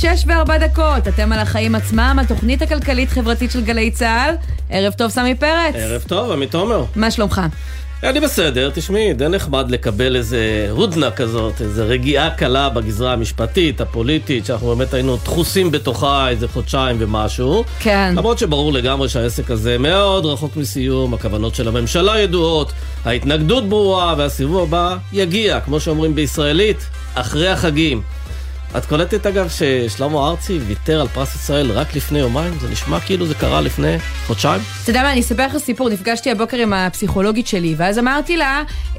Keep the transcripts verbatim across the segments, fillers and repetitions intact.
שש וארבע דקות, אתם על החיים עצמם, התוכנית הכלכלית-חברתית של גלי צהל. ערב טוב, סמי פרץ. ערב טוב, עמית תומר. מה שלומך? אני בסדר, תשמעי, די נחמד לקבל איזה הודנה כזאת, איזה רגיעה קלה בגזרה המשפטית, הפוליטית, שאנחנו באמת היינו דחוסים בתוכה איזה חודשיים ומשהו. כן. למרות שברור לגמרי שהעסק הזה מאוד רחוק מסיום, הכוונות של הממשלה ידועות, ההתנגדות ברורה, והסיבוב הבא יגיע, כמו שאומרים בישראלית, אחרי החגים. את קולטת אגב ששלמה ארצי ויתר על פרס ישראל רק לפני יומיים? זה נשמע כאילו זה קרה לפני חודשיים? אתה יודע מה, אני אספר לך סיפור. נפגשתי הבוקר עם הפסיכולוגית שלי, ואז אמרתי לה,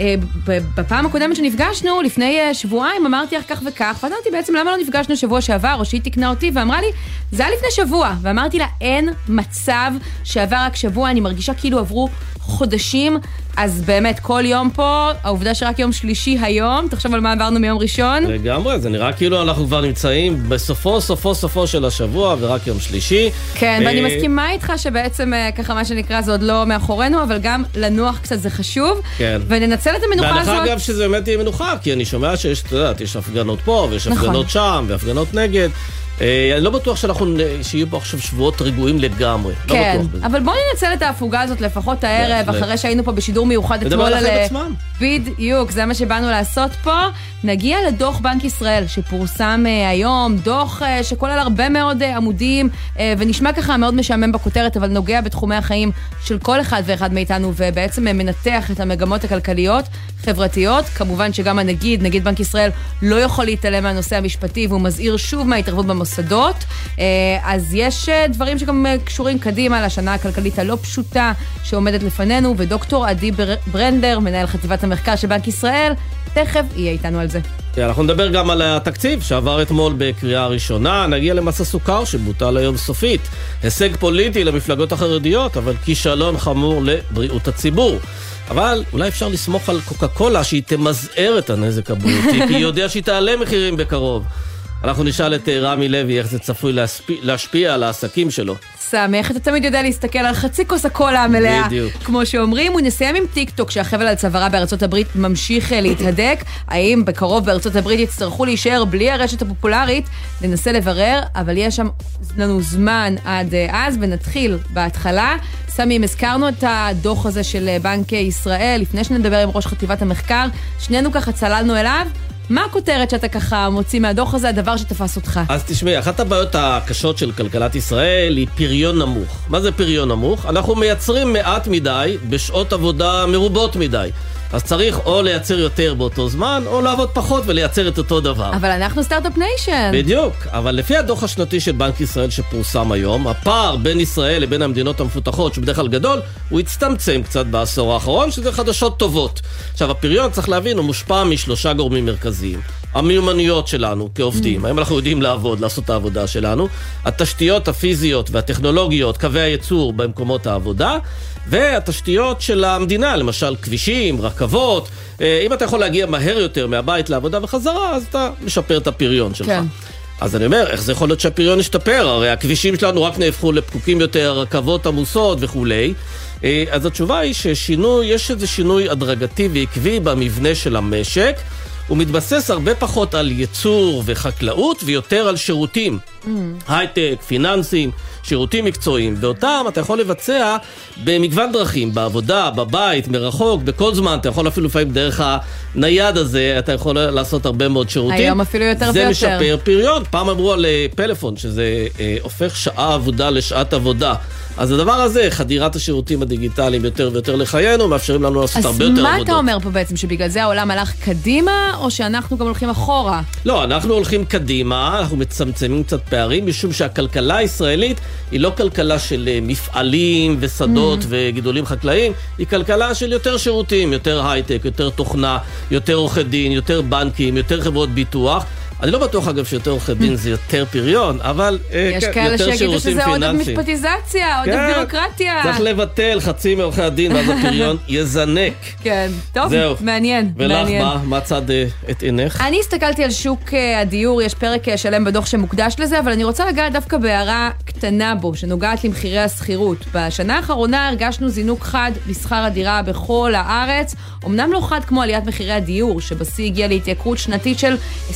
בפעם הקודמת שנפגשנו, לפני שבועיים, אמרתי לך כך וכך, ואמרתי בעצם למה לא נפגשנו שבוע שעבר, או שהיא תקנה אותי, ואמרה לי, זה היה לפני שבוע, ואמרתי לה, אין מצב שעבר רק שבוע, אני מרגישה כאילו עברו חודשים, אז באמת כל יום פה, העובדה שרק יום שלישי היום, תחשוב על מה עברנו מיום ראשון. לגמרי, זה נראה כאילו אנחנו כבר נמצאים בסופו, סופו, סופו של השבוע, ורק יום שלישי. כן, ואני מסכימה איתך שבעצם ככה מה שנקרא זה עוד לא מאחורינו, אבל גם לנוח קצת זה חשוב. כן. וננצל את המנוחה הזאת. בהנחה אגב שזה באמת יהיה מנוחה, כי אני שומע שיש, אתה יודעת, יש הפגנות פה, ויש הפגנות שם, והפגנות נגד. אני לא בטוח שאנחנו, שיהיו פה עכשיו שבועות רגועים לגמרי. כן, אבל בואו ננצל את ההפוגה הזאת לפחות הערב, אחרי שהיינו פה בשידור מיוחד אתמול על... לדבר על עצמם. בדיוק, זה מה שבאנו לעשות פה. נגיע לדוח בנק ישראל, שפורסם היום, דוח שכולל הרבה מאוד עמודים, ונשמע ככה מאוד משעמם בכותרת, אבל נוגע בתחומי החיים של כל אחד ואחד מאיתנו, ובעצם מנתח את המגמות הכלכליות, חברתיות. כמובן שגם הנגיד, נגיד בנק ישראל, לא יכול להתעלם מהנושא המשפטי, והוא מזהיר שוב מההתערבות במוסדות. אז יש דברים שגם קשורים קדימה לשנה הכלכלית הלא פשוטה שעומדת לפנינו, ודוקטור עדי ברנדר, מנהל חטיבת המחקר של בנק ישראל, תכף יהיה איתנו על זה. אנחנו נדבר גם על התקציב שעבר אתמול בקריאה ראשונה, נגיע למס הסוכר שבוטל היום סופית, הישג פוליטי למפלגות החרדיות, אבל כישלון חמור לבריאות הציבור. אבל אולי אפשר לסמוך על קוקה קולה שהיא תמזער את הנזק הבריאותי, כי היא יודע שהיא תעלה מחירים בקרוב. אנחנו נשאל את רמי לוי איך זה צפוי להשפיע, להשפיע על העסקים שלו. סמי, איך אתה תמיד יודע להסתכל על חצי כוס הקולה המלאה, בדיוק. כמו שאומרים. ונסיים עם טיק טוק שהחבל על צווארה בארצות הברית ממשיך להתהדק. האם בקרוב בארצות הברית יצטרכו להישאר בלי הרשת הפופולרית? ננסה לברר, אבל יש שם לנו זמן עד אז, ונתחיל בהתחלה. סמי, אם הזכרנו את הדוח הזה של בנק ישראל, לפני שנדבר עם ראש חטיבת המחקר, שנינו ככה צללנו אליו. מה הכותרת שאתה ככה מוציא מהדוח הזה, הדבר שתפס אותך? אז תשמעי, אחת הבעיות הקשות של כלכלת ישראל היא פריון נמוך. מה זה פריון נמוך? אנחנו מייצרים מעט מדי בשעות עבודה מרובות מדי. אז צריך או לייצר יותר באותו זמן, או לעבוד פחות ולייצר את אותו דבר. אבל אנחנו סטארט-אפ ניישן. בדיוק, אבל לפי הדוח השנתי של בנק ישראל שפורסם היום, הפער בין ישראל לבין המדינות המפותחות, שבדרך כלל גדול, הוא הצטמצם קצת בעשור האחרון, שזה חדשות טובות. עכשיו, הפריון, צריך להבין, הוא מושפע משלושה גורמים מרכזיים. המיומנויות שלנו כעובדים, האם אנחנו יודעים לעבוד, לעשות את העבודה שלנו, התשתיות הפיזיות והטכנולוגיות, קווי הייצור במקומות העבודה, והתשתיות של המדינה, למשל כבישים, רכבות. אם אתה יכול להגיע מהר יותר מהבית לעבודה וחזרה, אז אתה משפר את הפריון שלך. כן. אז אני אומר, איך זה יכול להיות שהפריון ישתפר? הרי הכבישים שלנו רק נהפכו לפקוקים יותר, רכבות עמוסות וכולי. אז התשובה היא ששינוי, יש איזה שינוי הדרגתי ועקבי במבנה של המשק, הוא מתבסס הרבה פחות על ייצור וחקלאות ויותר על שירותים. Mm. הייטק, פיננסים, שירותים מקצועיים, ואותם אתה יכול לבצע במגוון דרכים, בעבודה, בבית, מרחוק, בכל זמן, אתה יכול אפילו לפעמים דרך הנייד הזה, אתה יכול לעשות הרבה מאוד שירותים. היום אפילו יותר זה ויותר. זה משפר פריון. פעם אמרו על פלאפון, שזה אה, הופך שעה עבודה לשעת עבודה. אז הדבר הזה, חדירת השירותים הדיגיטליים יותר ויותר לחיינו, מאפשרים לנו לעשות הרבה יותר עבודות. אז מה אתה אומר פה בעצם, שבגלל זה העולם הלך קדימה, או שאנחנו גם הולכים אחורה? לא, אנחנו הולכים קדימה, אנחנו מצמצמים קצת פערים, משום שהכלכלה הישראלית היא לא כלכלה של מפעלים ושדות mm. וגידולים חקלאיים, היא כלכלה של יותר שירותים, יותר הייטק, יותר תוכנה, יותר עורכי דין, יותר בנקים, יותר חברות ביטוח. אני לא בטוח אגב שיותר עורכי דין זה יותר פריון, אבל יש כאלה שיגידו שזה עוד משפטיזציה, עוד בירוקרטיה. צריך לבטל חצי מעורכי הדין, ואז הפריון יזנק. כן, טוב, מעניין. ולך מה? מה צד את עינך? אני הסתכלתי על שוק הדיור, יש פרק שלם בדוח שמוקדש לזה, אבל אני רוצה לגעת דווקא בהערה קטנה בו, שנוגעת למחירי הסחירות. בשנה האחרונה הרגשנו זינוק חד בשכר הדירה בכל הארץ, אמנם לא חד כמו עליית מחירי הדיור, שבשיא הגיע להתייקרות שנתית של עשרים אחוז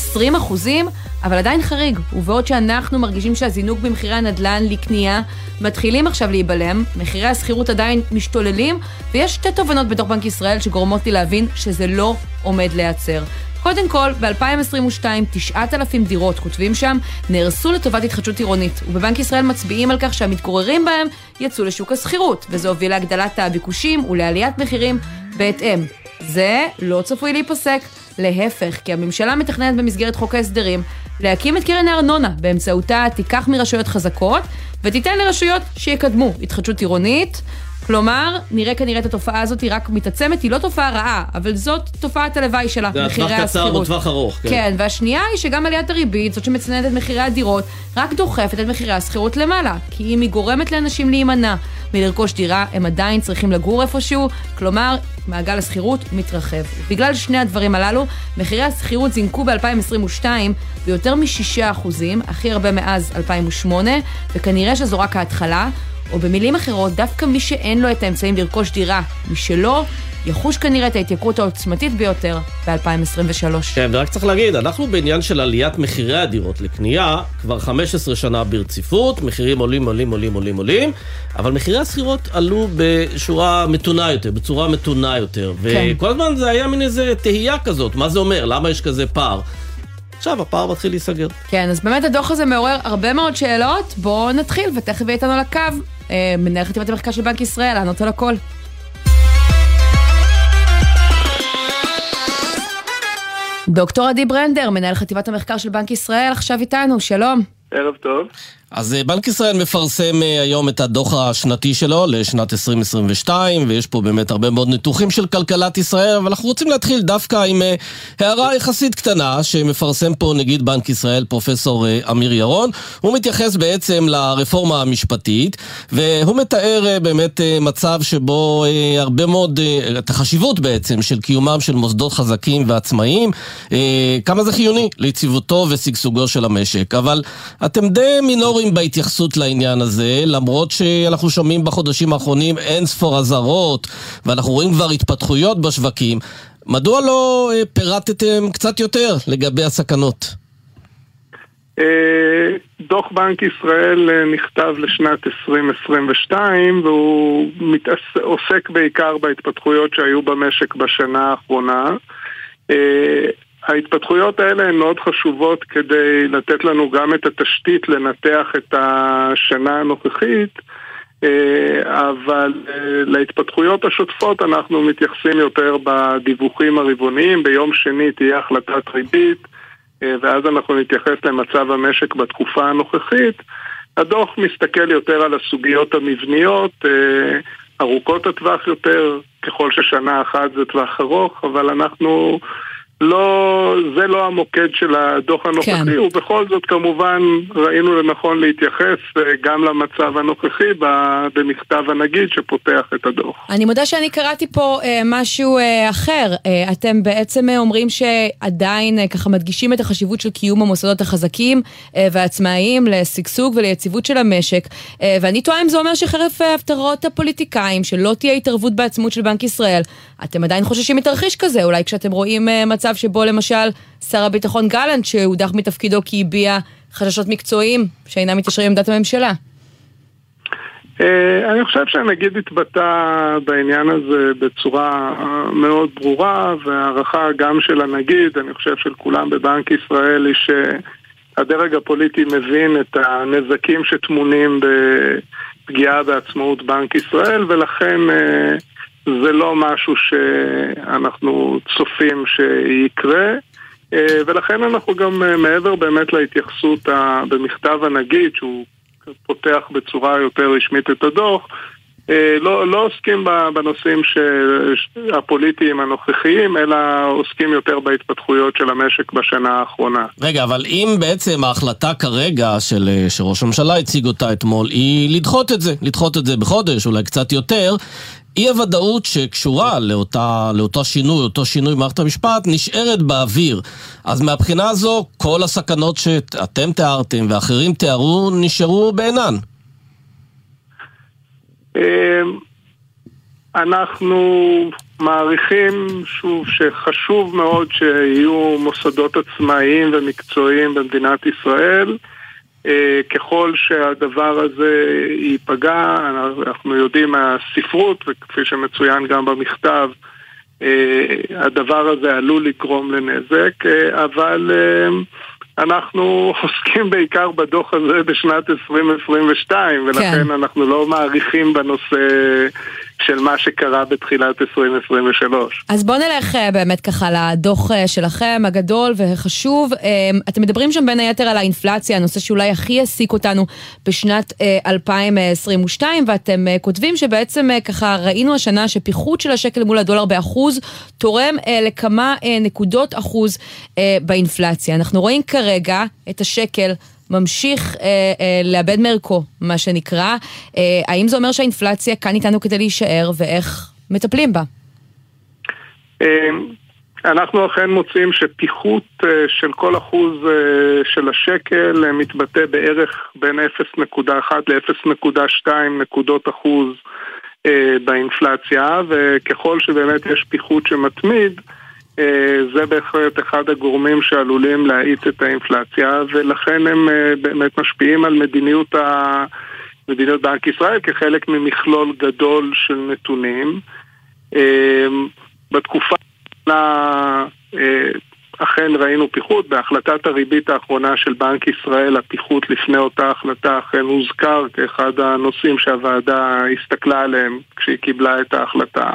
אחוזים, אבל עדיין חריג. ובעוד שאנחנו מרגישים שהזינוק במחירי הנדל"ן לקנייה מתחילים עכשיו להיבלם, מחירי הסחירות עדיין משתוללים, ויש שתי תובנות בתוך בנק ישראל שגורמות לי להבין שזה לא עומד להיעצר. קודם כל, ב-אלפיים עשרים ושתיים, תשעת אלפים דירות, כותבים שם, נהרסו לטובת התחדשות עירונית, ובבנק ישראל מצביעים על כך שהמתגוררים בהם יצאו לשוק הסחירות, וזה הוביל להגדלת הביקושים ולעליית מחירים בהתאם. זה לא צפוי להיפסק, להפך, כי הממשלה מתכננת במסגרת חוק ההסדרים להקים את קרן הארנונה, באמצעותה תיקח מרשויות חזקות ותיתן לרשויות שיקדמו התחדשות עירונית. כלומר, נראה כנראה את התופעה הזאת היא רק מתעצמת, היא לא תופעה רעה, אבל זאת תופעת הלוואי שלה, מחירי הסחירות. זה הטווח קצר בטווח ארוך. כן. כן, והשנייה היא שגם עליית הריבית, זאת שמצננת את מחירי הדירות, רק דוחפת את מחירי הסחירות למעלה, כי אם היא גורמת לאנשים להימנע מלרכוש דירה, הם עדיין צריכים לגור איפשהו, כלומר, מעגל הסחירות מתרחב. בגלל שני הדברים הללו, מחירי הסחירות זינקו ב-אלפיים עשרים ושתיים ביותר מ-שישה אחוזים, הכי הרבה מאז אלפיים ושמונה, וכנראה שזו רק ההתחלה, או במילים אחרות, דווקא מי שאין לו את האמצעים לרכוש דירה משלו, יחוש כנראה את ההתייקרות העוצמתית ביותר ב-אלפיים עשרים ושלוש. כן, ורק צריך להגיד, אנחנו בעניין של עליית מחירי הדירות לקנייה, כבר חמש עשרה שנה ברציפות, מחירים עולים, עולים, עולים, עולים, עולים, אבל מחירי הסחירות עלו בשורה מתונה יותר, בצורה מתונה יותר, כן. וכל הזמן זה היה מין איזה תהייה כזאת, מה זה אומר? למה יש כזה פער? עכשיו הפער מתחיל להיסגר. כן, אז באמת הדוח הזה מעורר הרבה מאוד שאלות. בואו נתחיל, ותכף יהיה איתנו לקו. אה, מנהל חטיבת המחקר של בנק ישראל, לענות על הכל. דוקטור עדי ברנדר, מנהל חטיבת המחקר של בנק ישראל, עכשיו איתנו, שלום. ערב טוב. אז בנק ישראל מפרסם היום את הדוח השנתי שלו לשנת עשרים עשרים ושתיים, ויש פה באמת הרבה מאוד ניתוחים של כלכלת ישראל, אבל אנחנו רוצים להתחיל דווקא עם הערה יחסית קטנה שמפרסם פה נגיד בנק ישראל, פרופסור אמיר ירון. הוא מתייחס בעצם לרפורמה המשפטית, והוא מתאר באמת מצב שבו הרבה מאוד, את החשיבות בעצם של קיומם של מוסדות חזקים ועצמאיים, כמה זה חיוני ליציבותו ושגשוגו של המשק. אבל אתם די מינורים בהתייחסות לעניין הזה, למרות שאנחנו שומעים בחודשים האחרונים אין ספור הזרות, ואנחנו רואים כבר התפתחויות בשווקים. מדוע לא פירטתם קצת יותר לגבי הסכנות? דוח בנק ישראל נכתב לשנת עשרים עשרים ושתיים, והוא עוסק בעיקר בהתפתחויות שהיו במשק בשנה האחרונה. ההתפתחויות האלה הן מאוד חשובות כדי לתת לנו גם את התשתית לנתח את השנה הנוכחית, אבל להתפתחויות השוטפות אנחנו מתייחסים יותר בדיווחים הרבעוניים. ביום שני תהיה החלטת ריבית, ואז אנחנו נתייחס למצב המשק בתקופה הנוכחית. הדוח מסתכל יותר על הסוגיות המבניות, ארוכות הטווח יותר, ככל ששנה אחת זה טווח ארוך, אבל אנחנו... לא, זה לא המוקד של הדוח הנוכחי, כן. ובכל זאת כמובן ראינו לנכון להתייחס גם למצב הנוכחי במכתב הנגיד שפותח את הדוח. אני מודה שאני קראתי פה אה, משהו אה, אחר. אה, אתם בעצם אומרים שעדיין אה, ככה מדגישים את החשיבות של קיום המוסדות החזקים אה, והעצמאיים לסגסוג וליציבות של המשק, אה, ואני טועה אם זה אומר שחרף הבטרות הפוליטיקאים שלא תהיה התערבות בעצמות של בנק ישראל, אתם עדיין חוששים מתרחיש כזה, אולי כשאתם רואים אה, מצב שבו למשל שר הביטחון גלנט שהודח מתפקידו כי הביע חששות מקצועיים שאינם מתיישרים עם עמדת הממשלה. אני חושב שהנגיד התבטא בעניין הזה בצורה מאוד ברורה, והערכה גם של הנגיד, אני חושב של כולם בבנק ישראל, היא שהדרג הפוליטי מבין את הנזקים שטמונים בפגיעה בעצמאות בנק ישראל, ולכן זה לא משהו שאנחנו צופים שיקרה, ולכן אנחנו גם מעבר באמת להתייחסות במכתב הנגיד, שהוא פותח בצורה יותר רשמית את הדוח, לא, לא עוסקים בנושאים הפוליטיים הנוכחיים, אלא עוסקים יותר בהתפתחויות של המשק בשנה האחרונה. רגע, אבל אם בעצם ההחלטה כרגע של, שראש הממשלה הציג אותה אתמול, היא לדחות את זה, לדחות את זה בחודש, אולי קצת יותר, אי הוודאות שקשורה לאותה, לאותו שינוי, אותו שינוי מערכת המשפט, נשארת באוויר. אז מהבחינה הזו, כל הסכנות שאתם תיארתם ואחרים תיארו, נשארו בעינן. אנחנו מעריכים שוב שחשוב מאוד שיהיו מוסדות עצמאיים ומקצועיים במדינת ישראל. ככל שהדבר הזה ייפגע, אנחנו יודעים מהספרות, וכפי שמצוין גם במכתב, הדבר הזה עלול לגרום לנזק, אבל אנחנו עוסקים בעיקר בדוח הזה בשנת עשרים עשרים ושתיים, ולכן כן. אנחנו לא מעריכים בנושא של מה שקרה בתחילת עשרים עשרים ושלוש. אז בואו נלך באמת ככה לדוח שלכם הגדול והחשוב. אתם מדברים שם בין היתר על האינפלציה, הנושא שאולי הכי העסיק אותנו בשנת אלפיים עשרים ושתיים, ואתם כותבים שבעצם ככה ראינו השנה שפיחות של השקל מול הדולר באחוז תורם לכמה נקודות אחוז באינפלציה. אנחנו רואים כרגע את השקל ממשיך אה, אה, לאבד מערכו, מה שנקרא. אה, האם זה אומר שהאינפלציה כאן איתנו כדי להישאר, ואיך מטפלים בה? אה, אנחנו אכן מוצאים שפיחות אה, של כל אחוז אה, של השקל אה, מתבטא בערך בין אפס נקודה אחת ל-אפס נקודה שתיים נקודות אחוז אה, באינפלציה, וככל שבאמת יש פיחות שמתמיד, זה בהחלט אחד הגורמים שעלולים להאיץ את האינפלציה, ולכן הם באמת משפיעים על מדיניות, ה... מדיניות בנק ישראל כחלק ממכלול גדול של נתונים. בתקופה אכן ראינו פיחות, בהחלטת הריבית האחרונה של בנק ישראל, הפיחות לפני אותה החלטה אכן הוזכר כאחד הנושאים שהוועדה הסתכלה עליהם כשהיא קיבלה את ההחלטה.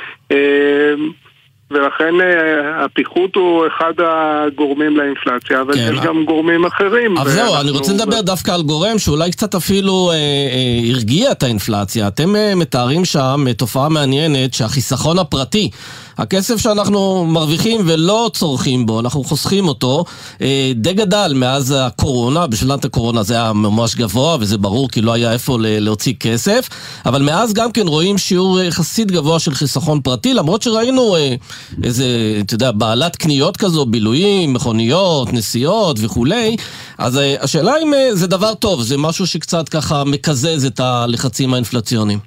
ולכן הפיחות הוא אחד הגורמים לאינפלציה, אבל יש גם גורמים אחרים. אבל זהו, אני רוצה לדבר דווקא על גורם שאולי קצת אפילו הרגיע את האינפלציה. אתם מתארים שם תופעה מעניינת שהחיסכון הפרטי, הכסף שאנחנו מרוויחים ולא צורכים בו, אנחנו חוסכים אותו, די גדל מאז הקורונה. בשנת הקורונה זה היה ממש גבוה, וזה ברור כי לא היה איפה להוציא כסף, אבל מאז גם כן רואים שיעור יחסית גבוה של חיסכון פרטי, למרות שראינו איזה, אתה יודע, בעלת קניות כזו, בילויים, מכוניות, נסיעות וכולי. אז השאלה אם זה דבר טוב, זה משהו שקצת ככה מקזז את הלחצים האינפלציוניים.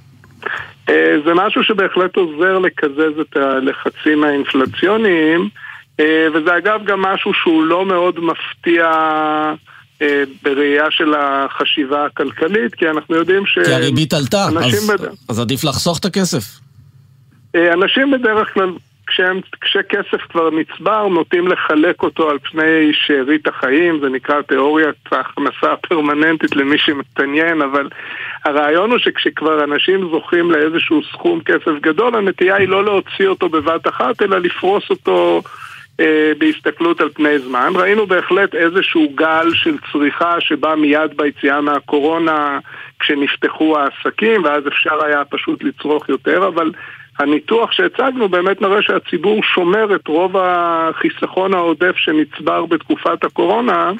זה משהו שבהחלט עוזר לקזז את הלחצים האינפלציוניים, וזה אגב גם משהו שהוא לא מאוד מפתיע בראייה של החשיבה הכלכלית, כי אנחנו יודעים ש... כי הריבית עלתה, אז, בד... אז עדיף לחסוך את הכסף. אנשים בדרך כלל, כשהם, כשכסף כבר נצבר, נוטים לחלק אותו על פני שארית החיים, זה נקרא תיאוריית ההכנסה הפרמננטית למי שמתעניין, אבל הרעיון הוא שכשכבר אנשים זוכים לאיזשהו סכום כסף גדול, הנטייה היא לא להוציא אותו בבת אחת, אלא לפרוס אותו אה, בהסתכלות על פני זמן. ראינו בהחלט איזשהו גל של צריכה שבא מיד ביציאה מהקורונה, כשנפתחו העסקים, ואז אפשר היה פשוט לצרוך יותר, אבל הניתוח שהצגנו באמת נראה שהציבור שומר את רוב החיסכון העודף שנצבר בתקופת הקורונה,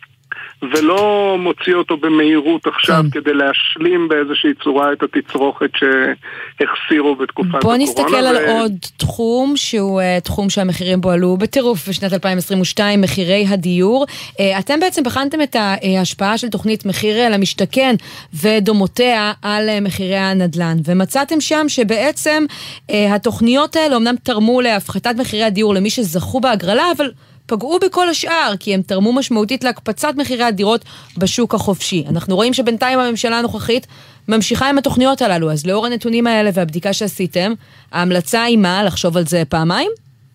ולא מוציא אותו במהירות עכשיו כן. כדי להשלים באיזושהי צורה את התצרוכת שהחסירו בתקופת בוא הקורונה. בוא נסתכל ו... על עוד תחום שהוא uh, תחום שהמחירים בו עלו בטירוף בשנת אלפיים עשרים ושתיים, מחירי הדיור. Uh, אתם בעצם בחנתם את ההשפעה של תוכנית מחיר למשתכן ודומותיה על uh, מחירי הנדלן, ומצאתם שם שבעצם uh, התוכניות האלה אמנם תרמו להפחתת מחירי הדיור למי שזכו בהגרלה, אבל פגעו בכל השאר, כי הם תרמו משמעותית להקפצת מחירי הדירות בשוק החופשי. אנחנו רואים שבינתיים הממשלה הנוכחית ממשיכה עם התוכניות הללו, אז לאור הנתונים האלה והבדיקה שעשיתם, ההמלצה היא מה? לחשוב על זה פעמיים?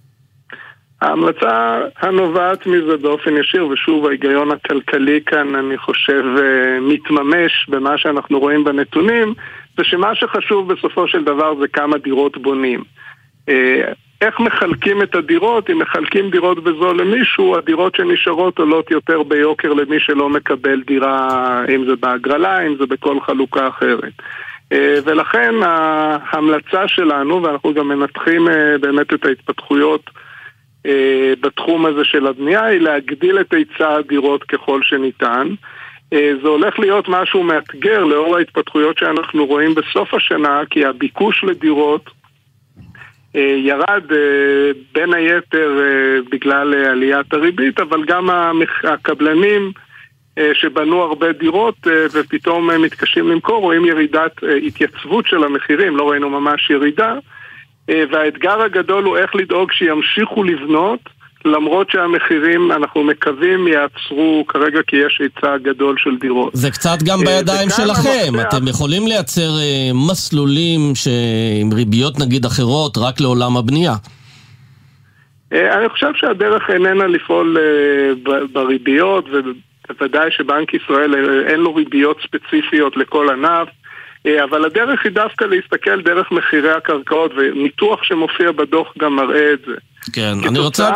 ההמלצה הנובעת מזה באופן ישיר, ושוב ההיגיון הכלכלי כאן אני חושב מתממש במה שאנחנו רואים בנתונים, זה שמה שחשוב בסופו של דבר זה כמה דירות בונים. איך מחלקים את הדירות? אם מחלקים דירות בזול למישהו, הדירות שנשארות עולות יותר ביוקר למי שלא מקבל דירה, אם זה בהגרלה, אם זה בכל חלוקה אחרת. ולכן ההמלצה שלנו, ואנחנו גם מנתחים באמת את ההתפתחויות בתחום הזה של הבנייה, היא להגדיל את היצע הדירות ככל שניתן. זה הולך להיות משהו מאתגר לאור ההתפתחויות שאנחנו רואים בסוף השנה, כי הביקוש לדירות ירד בין היתר בגלל עליית הריבית, אבל גם הקבלנים שבנו הרבה דירות ופתאום מתקשים למכור, רואים ירידת התייצבות של המחירים, לא ראינו ממש ירידה, והאתגר הגדול הוא איך לדאוג שימשיכו לבנות, למרות שהמחירים, אנחנו מקווים, יעצרו כרגע כי יש היצע גדול של דירות. זה קצת גם בידיים שלכם. אתם יכולים לייצר מסלולים עם ריביות נגיד אחרות רק לעולם הבנייה. אני חושב שהדרך איננה לפעול בריביות, ובוודאי שבנק ישראל אין לו ריביות ספציפיות לכל ענף, אבל הדרך היא דווקא להסתכל דרך מחירי הקרקעות, וניתוח שמופיע בדוח גם מראה את זה. כן, אני רוצה...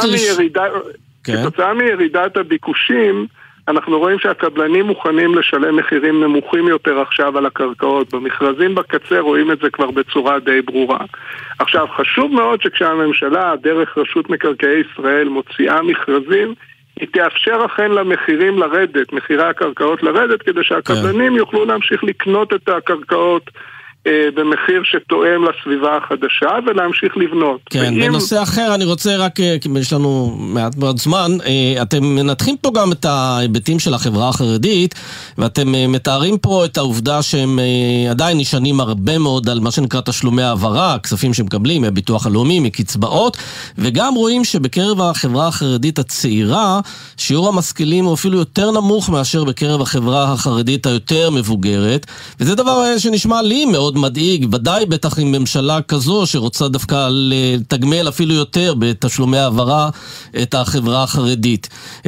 כתוצאה מירידת הביקושים, אנחנו רואים שהקבלנים מוכנים לשלם מחירים נמוכים יותר עכשיו על הקרקעות. במכרזים בקצה רואים את זה כבר בצורה די ברורה. עכשיו, חשוב מאוד שכשהממשלה, דרך רשות מקרקעי ישראל, מוציאה מכרזים, היא תאפשר אכן למחירים לרדת, מחירי הקרקעות לרדת, כדי שהקבלנים כן. יוכלו להמשיך לקנות את הקרקעות אה, במחיר שתואם לסביבה החדשה, ולהמשיך לבנות. כן, ואם... בנושא אחר אני רוצה רק, כי יש לנו מעט מאוד זמן, אה, אתם מנתחים פה גם את ההיבטים של החברה החרדית, ואתם אה, מתארים פה את העובדה שהם אה, עדיין נשענים הרבה מאוד על מה שנקרא תשלומי העברה, כספים שמקבלים מהביטוח הלאומי, מקצבאות, וגם רואים שבקרב החברה החרדית הצעירה, שיעור המשכילים הוא אפילו יותר נמוך מאשר בקרב החברה החרדית היותר מבוגרת, וזה דבר שנשמע לי מאוד מדאיג, ודאי בטח עם ממשלה כזו שרוצה דווקא לתגמל אפילו יותר בתשלומי העברה את החברה החרדית.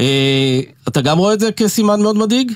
אתה גם רואה את זה כסימן מאוד מדאיג?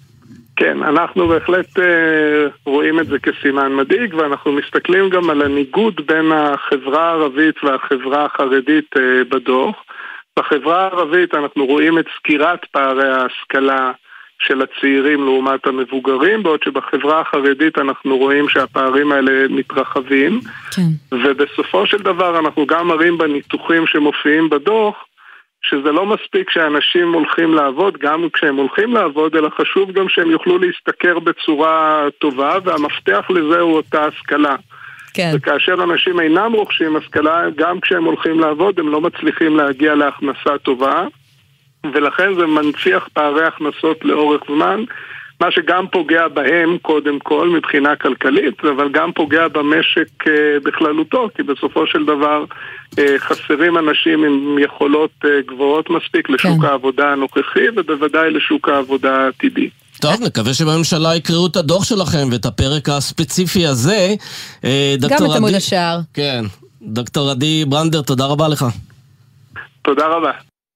כן, אנחנו בהחלט רואים את זה כסימן מדאיג, ואנחנו מסתכלים גם על הניגוד בין החברה הערבית והחברה החרדית בדוח. בחברה הערבית אנחנו רואים את סקירת פערי ההשכלה של הצעירים לעומת המבוגרים, בעוד שבחברה החרדית אנחנו רואים שהפערים האלה מתרחבים, כן. ובסופו של דבר אנחנו גם מראים בניתוחים שמופיעים בדוח, שזה לא מספיק שאנשים הולכים לעבוד, גם כשהם הולכים לעבוד, אלא חשוב גם שהם יוכלו להסתכר בצורה טובה, והמפתח לזה הוא אותה השכלה. כן. וכאשר אנשים אינם רוכשים השכלה, גם כשהם הולכים לעבוד, הם לא מצליחים להגיע להכנסה טובה, ולכן זה מנציח פערי הכנסות לאורך זמן, מה שגם פוגע בהם קודם כל מבחינה כלכלית, אבל גם פוגע במשק בכללותו, כי בסופו של דבר חסרים אנשים עם יכולות גבוהות מספיק לשוק כן. העבודה הנוכחי, ובוודאי לשוק העבודה העתידי. טוב, נקווה שבממשלה יקראו את הדוח שלכם ואת הפרק הספציפי הזה. גם את עמוד השער. כן, דוקטור עדי ברנדר, תודה רבה לך. תודה רבה.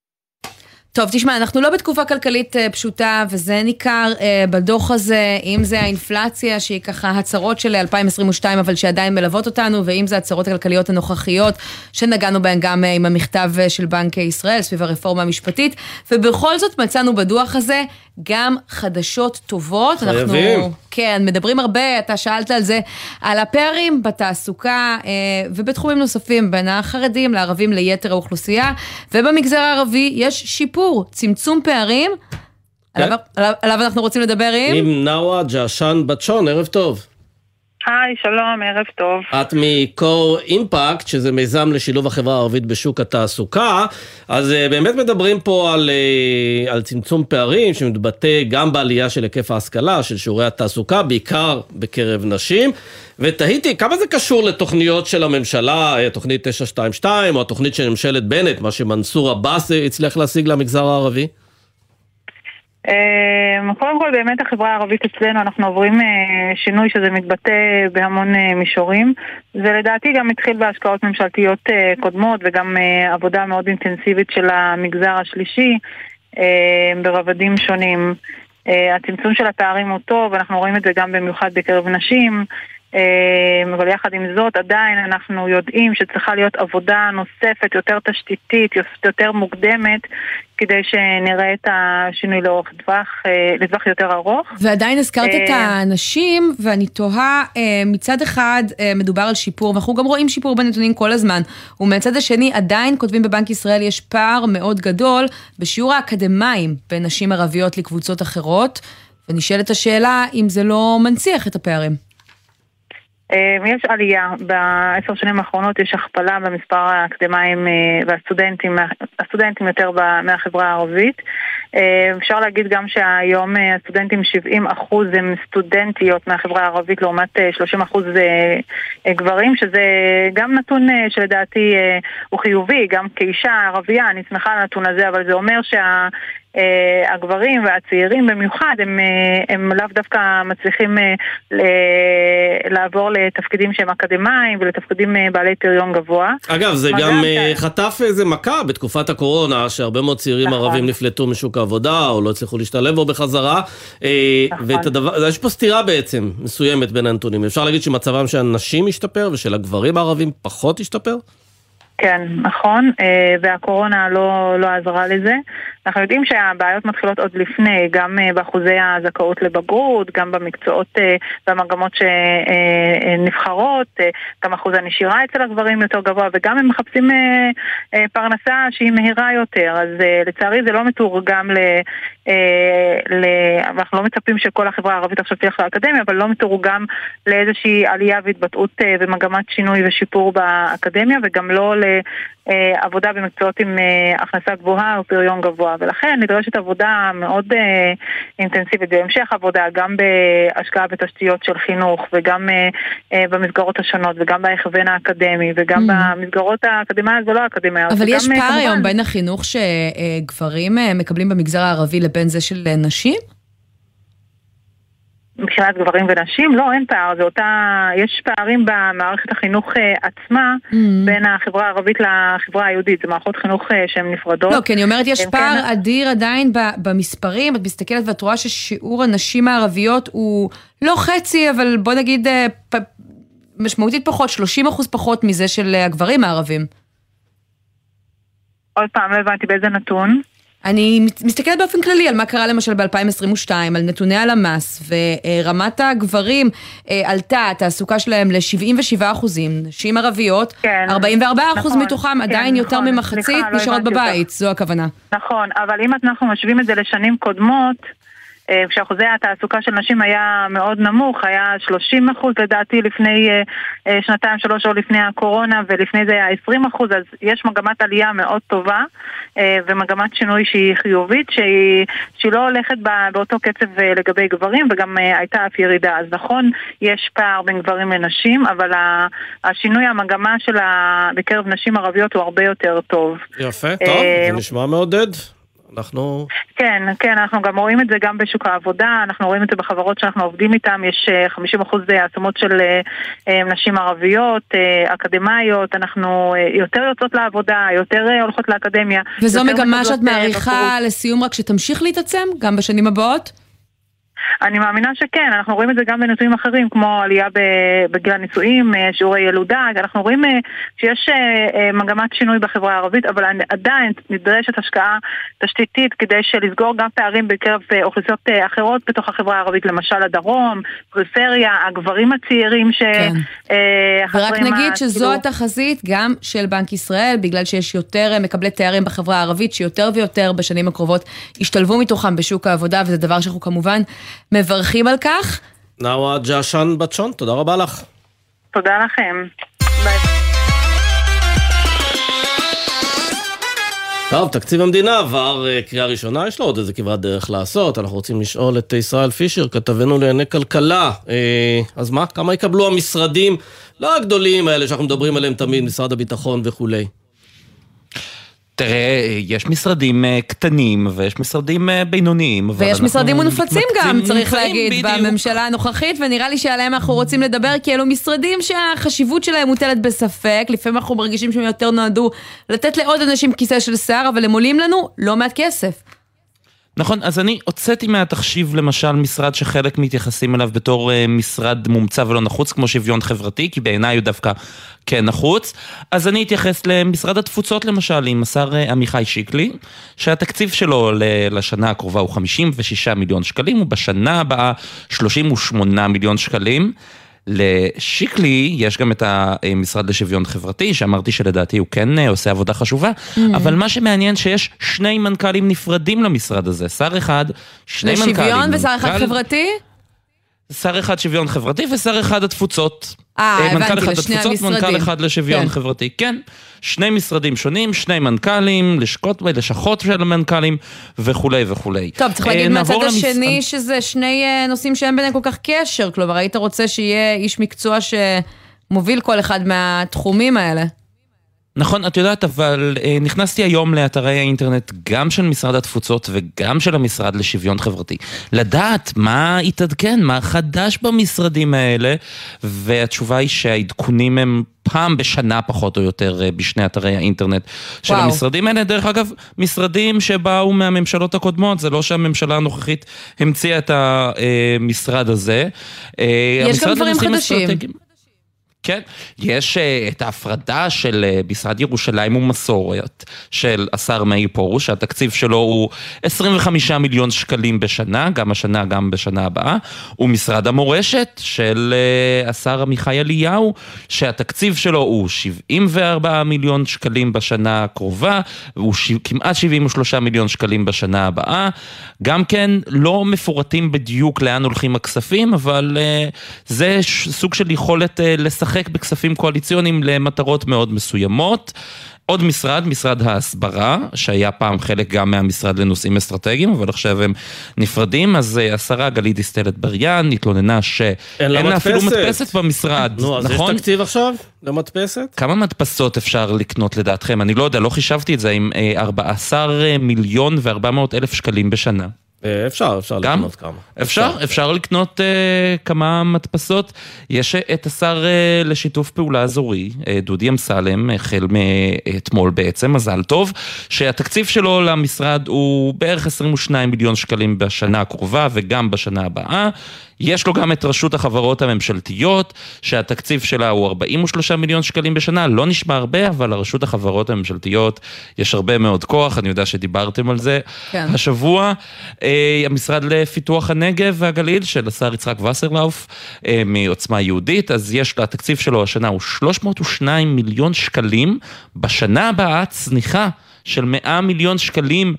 טוב, תשמע, אנחנו לא בתקופה כלכלית פשוטה, וזה ניכר בדוח הזה, אם זה האינפלציה, שהיא ככה הצרות של אלפיים עשרים ושתיים, אבל שעדיין מלוות אותנו, ואם זה הצרות הכלכליות הנוכחיות, שנגענו בהן גם עם המכתב של בנק ישראל, סביב הרפורמה המשפטית, ובכל זאת מצאנו בדוח הזה גם חדשות טובות. חייבים. אנחנו, כן, מדברים הרבה, אתה שאלת על זה, על הפערים בתעסוקה, ובתחומים נוספים, בין החרדים לערבים ליתר האוכלוסייה, ובמגזר הערבי יש שיפור, צמצום פערים, כן. עליו, עליו, עליו אנחנו רוצים לדבר עם... עם נאווה ג'עשן בטשון, ערב טוב. היי, שלום, ערב טוב. את מ-Core Impact, שזה מיזם לשילוב החברה הערבית בשוק התעסוקה, אז uh, באמת מדברים פה על, uh, על צמצום פערים, שמתבטא גם בעלייה של היקף ההשכלה, של שיעורי התעסוקה, בעיקר בקרב נשים, ותהיתי, כמה זה קשור לתוכניות של הממשלה, תוכנית תשע שתיים שתיים, או התוכנית של ממשלת בנט, מה שמנסור עבאס הצליח להשיג למגזר הערבי? קודם כל באמת החברה הערבית אצלנו אנחנו עוברים שינוי שזה מתבטא בהמון מישורים, ולדעתי גם התחיל בהשקעות ממשלתיות קודמות וגם עבודה מאוד אינטנסיבית של המגזר השלישי ברבדים שונים. הצמצום של הפערים הוא טוב, אנחנו רואים את זה גם במיוחד בקרב נשים, אבל יחד עם זאת עדיין אנחנו יודעים שצריכה להיות עבודה נוספת יותר תשתיתית, יותר מוקדמת, כדי שנראה את השינוי לאורך טווח, לטווח יותר ארוך. ועדיין הזכרת את האנשים, ואני תוהה, מצד אחד מדובר על שיפור, ואנחנו גם רואים שיפור בנתונים כל הזמן, ומצד השני עדיין כותבים בבנק ישראל יש פער מאוד גדול בשיעור האקדמיים בין נשים ערביות לקבוצות אחרות, ונשאלת השאלה אם זה לא מנציח את הפערים. יש עלייה, בעשר שנים האחרונות יש הכפלה במספר האקדמיים והסטודנטים, הסטודנטים יותר מהחברה הערבית. אפשר להגיד גם שהיום הסטודנטים שבעים אחוז הם סטודנטיות מהחברה הערבית לעומת שלושים אחוז גברים, שזה גם נתון שלדעתי הוא חיובי, גם כאישה ערבייה, אני שמחה על הנתון הזה, אבל זה אומר שה... Uh, הגברים והצעירים במיוחד הם, uh, הם לאו דווקא מצליחים uh, ל- לעבור לתפקידים שהם אקדמיים ולתפקידים uh, בעלי פריון גבוה. אגב, זה גם uh, חטף איזה מכה בתקופת הקורונה, שהרבה מאוד צעירים נכון. ערבים נפלטו משוק העבודה או לא הצליחו להשתלב בו בחזרה. Uh, נכון. ואת הדבר, יש פה סתירה בעצם מסוימת בין הנתונים. אפשר להגיד שמצבם של הנשים השתפר ושל הגברים הערבים פחות השתפר? כן, נכון, והקורונה לא, לא עזרה לזה. אנחנו יודעים שהבעיות מתחילות עוד לפני, גם באחוזי הזכאות לבגרות, גם במקצועות והמגמות שנבחרות, גם אחוז הנשירה אצל הגברים יותר גבוה, וגם הם מחפשים פרנסה שהיא מהירה יותר. אז לצערי זה לא מתורגם ל... ל... אנחנו לא מצפים שכל החברה הערבית עכשיו תלך לאקדמיה, אבל לא מתורגם לאיזושהי עלייה והתבטאות ומגמת שינוי ושיפור באקדמיה, וגם לא לעבודה במקצועות עם הכנסה גבוהה או פריון גבוה. ולכן נדרשת עבודה מאוד אינטנסיבית בהמשך עבודה, גם בהשקעה בתשתיות של חינוך, וגם במסגרות השונות, וגם בהכוון האקדמי, וגם במסגרות האקדמיות ולא האקדמיות. אבל יש פער היום בין החינוך שגברים מקבלים במגזר הערבי לבין זה של נשים? מבחינת גברים ונשים, לא, אין פער, זה אותה, יש פערים במערכת החינוך עצמה, mm-hmm. בין החברה הערבית לחברה היהודית, זה מערכות חינוך שהן נפרדות. לא, כי אני אומרת, יש פער כן... אדיר עדיין במספרים, את מסתכלת ואת רואה ששיעור הנשים הערביות הוא לא חצי, אבל בוא נגיד, פ... משמעותית פחות, שלושים אחוז פחות מזה של הגברים הערבים. עוד פעם, לא הבנתי באיזה נתון. אני מסתכלת באופן כללי על מה קרה למשל ב-אלפיים עשרים ושתיים, על נתוני הלמ"ס, ורמת הגברים עלתה, התעסוקה שלהם ל-שבעים ושבעה אחוזים, נשים ערביות, כן, ארבעים וארבעה אחוז נכון, מתוכם כן, עדיין נכון, יותר ממחצית סליחה, נשארות לא בבית, זו הכוונה. נכון, אבל אם אנחנו משווים את זה לשנים קודמות, כשאחוזי התעסוקה של נשים היה מאוד נמוך, היה שלושים אחוז לדעתי לפני שנתיים שלוש או לפני הקורונה, ולפני זה היה עשרים אחוז, אז יש מגמת עלייה מאוד טובה, ומגמת שינוי שהיא חיובית, שהיא, שהיא לא הולכת באותו קצב לגבי גברים, וגם הייתה אף ירידה. אז נכון, יש פער בין גברים לנשים, אבל השינוי המגמה שלה בקרב נשים ערביות הוא הרבה יותר טוב. יפה, טוב, זה נשמע מעודד. אנחנו... כן, כן, אנחנו גם רואים את זה גם בשוק העבודה, אנחנו רואים את זה בחברות שאנחנו עובדים איתם, יש חמישים אחוז העצמות של נשים ערביות, אקדמאיות, אנחנו יותר יוצאות לעבודה, יותר הולכות לאקדמיה. וזו מגמה שאת מעריכה לסיום רק שתמשיך להתעצם, גם בשנים הבאות? אני מאמינה שכן, אנחנו רואים את זה גם בנתונים אחרים, כמו עלייה בגיל הנישואים, שיעורי ילודה, אנחנו רואים שיש מגמת שינוי בחברה הערבית, אבל עדיין נדרשת השקעה תשתיתית כדי שלסגור גם פערים בקרב אוכלוסיות אחרות בתוך החברה הערבית, למשל הדרום, פריפריה, הגברים הצעירים ש... כן. ורק נגיד שזו התחזית גם של בנק ישראל, בגלל שיש יותר מקבלי תארים בחברה הערבית, שיותר ויותר בשנים הקרובות ישתלבו מתוכם בשוק העבודה, וזה דבר שאנחנו כמובן מברכים על כך. נאווה ג'אשן בצ'ון, תודה רבה לך. תודה לכם. ביי. טוב, תקציב המדינה עבר קריאה ראשונה, יש לו עוד איזה כברת דרך לעשות, אנחנו רוצים לשאול את ישראל פישר, כתבנו לענייני כלכלה, אז מה, כמה יקבלו המשרדים, לא הגדולים האלה שאנחנו מדברים עליהם תמיד, משרד הביטחון וכולי? תראה, יש משרדים קטנים ויש משרדים בינוניים. ויש משרדים מונפצים גם, צריך להגיד, בממשלה הנוכחית, ונראה לי שעליהם אנחנו רוצים לדבר, כי אלו משרדים שהחשיבות שלהם מוטלת בספק, לפעמים אנחנו מרגישים שהם יותר נועדו לתת לעוד אנשים כיסא של שר, אבל הם עולים לנו לא מעט כסף. נכון, אז אני הוצאתי מהתחשיב למשל משרד שחלק מתייחסים אליו בתור משרד מומצא ולא נחוץ, כמו שוויון חברתי, כי בעיניי הוא דווקא כן נחוץ. אז אני אתייחס למשרד התפוצות למשל, עם השר עמיחי שיקלי, שהתקציב שלו לשנה הקרובה הוא חמישים ושישה מיליון שקלים, ובשנה הבאה שלושים ושמונה מיליון שקלים. לשיקלי יש גם את המשרד לשוויון חברתי, שאמרתי שלדעתי הוא כן עושה עבודה חשובה, mm-hmm. אבל מה שמעניין שיש שני מנכ"לים נפרדים למשרד הזה, שר אחד, שני מנכ"לים. לשוויון ושר אחד חברתי? שר אחד שוויון חברתי ושר אחד התפוצות. אה, הבנתי, מנכ"ל אחד לשני התפוצות, המשרדים. מנכ"ל אחד לשוויון כן. חברתי. כן, שני משרדים שונים, שני מנכ"לים, לשכות ולשכות של המנכ"לים וכולי וכולי. טוב, צריך להגיד אה, מהצד נעבור למס- השני שזה שני אה, נושאים שאין ביניהם כל כך קשר, כלומר, היית רוצה שיהיה איש מקצוע שמוביל כל אחד מהתחומים האלה. נכון, את יודעת, אבל אה, נכנסתי היום לאתרי האינטרנט גם של משרד התפוצות וגם של המשרד לשוויון חברתי. לדעת מה התעדכן, מה חדש במשרדים האלה, והתשובה היא שהעדכונים הם פעם בשנה פחות או יותר אה, בשני אתרי האינטרנט של וואו. המשרדים האלה. דרך אגב, משרדים שבאו מהממשלות הקודמות, זה לא שהממשלה הנוכחית המציאה את המשרד הזה. אה, יש המשרד גם דברים לנושאים חדשים. אסטרטגיים- כן, יש uh, את ההפרדה של uh, משרד ירושלים ומסורת של השר מאיר פרוש, שהתקציב שלו הוא עשרים וחמישה מיליון שקלים בשנה, גם השנה, גם בשנה הבאה, ומשרד המורשת של uh, השר עמיחי אליהו, שהתקציב שלו הוא שבעים וארבעה מיליון שקלים בשנה הקרובה, והוא ש... כמעט שבעים ושלושה מיליון שקלים בשנה הבאה, גם כן לא מפורטים בדיוק לאן הולכים הכספים, אבל uh, זה ש... סוג של יכולת uh, לשחק בכספים קואליציוניים למטרות מאוד מסוימות. עוד משרד, משרד ההסברה, שהיה פעם חלק גם מהמשרד לנושאים אסטרטגיים, אבל עכשיו הם נפרדים, אז השרה גלית דיסטל אטבריאן התלוננה שאין לה אפילו מדפסת במשרד, נו, אז נכון? יש תקציב עכשיו למדפסת? כמה מדפסות אפשר לקנות לדעתכם? אני לא יודע, לא חישבתי את זה עם ארבעה עשר מיליון וארבע מאות אלף שקלים בשנה. אפשר, אפשר גם? לקנות כמה. אפשר, אפשר לקנות uh, כמה מדפסות. יש את השר uh, לשיתוף פעולה אזורי, uh, דודי אמסלם, החל מאתמול בעצם, מזל טוב, שהתקציב שלו למשרד הוא בערך עשרים ושניים מיליון שקלים בשנה הקרובה וגם בשנה הבאה. יש לו גם את רשות החברות הממשלתיות, שהתקציב שלה הוא ארבעים ושלושה מיליון שקלים בשנה, לא נשמע הרבה, אבל לרשות החברות הממשלתיות יש הרבה מאוד כוח, אני יודע שדיברתם על זה כן. השבוע. אה, המשרד לפיתוח הנגב והגליל של השר יצחק וסרלאוף, אה, מעוצמה יהודית, אז יש לה, התקציב שלו השנה הוא שלוש מאות ושניים מיליון שקלים, בשנה הבאה צניחה של מאה מיליון שקלים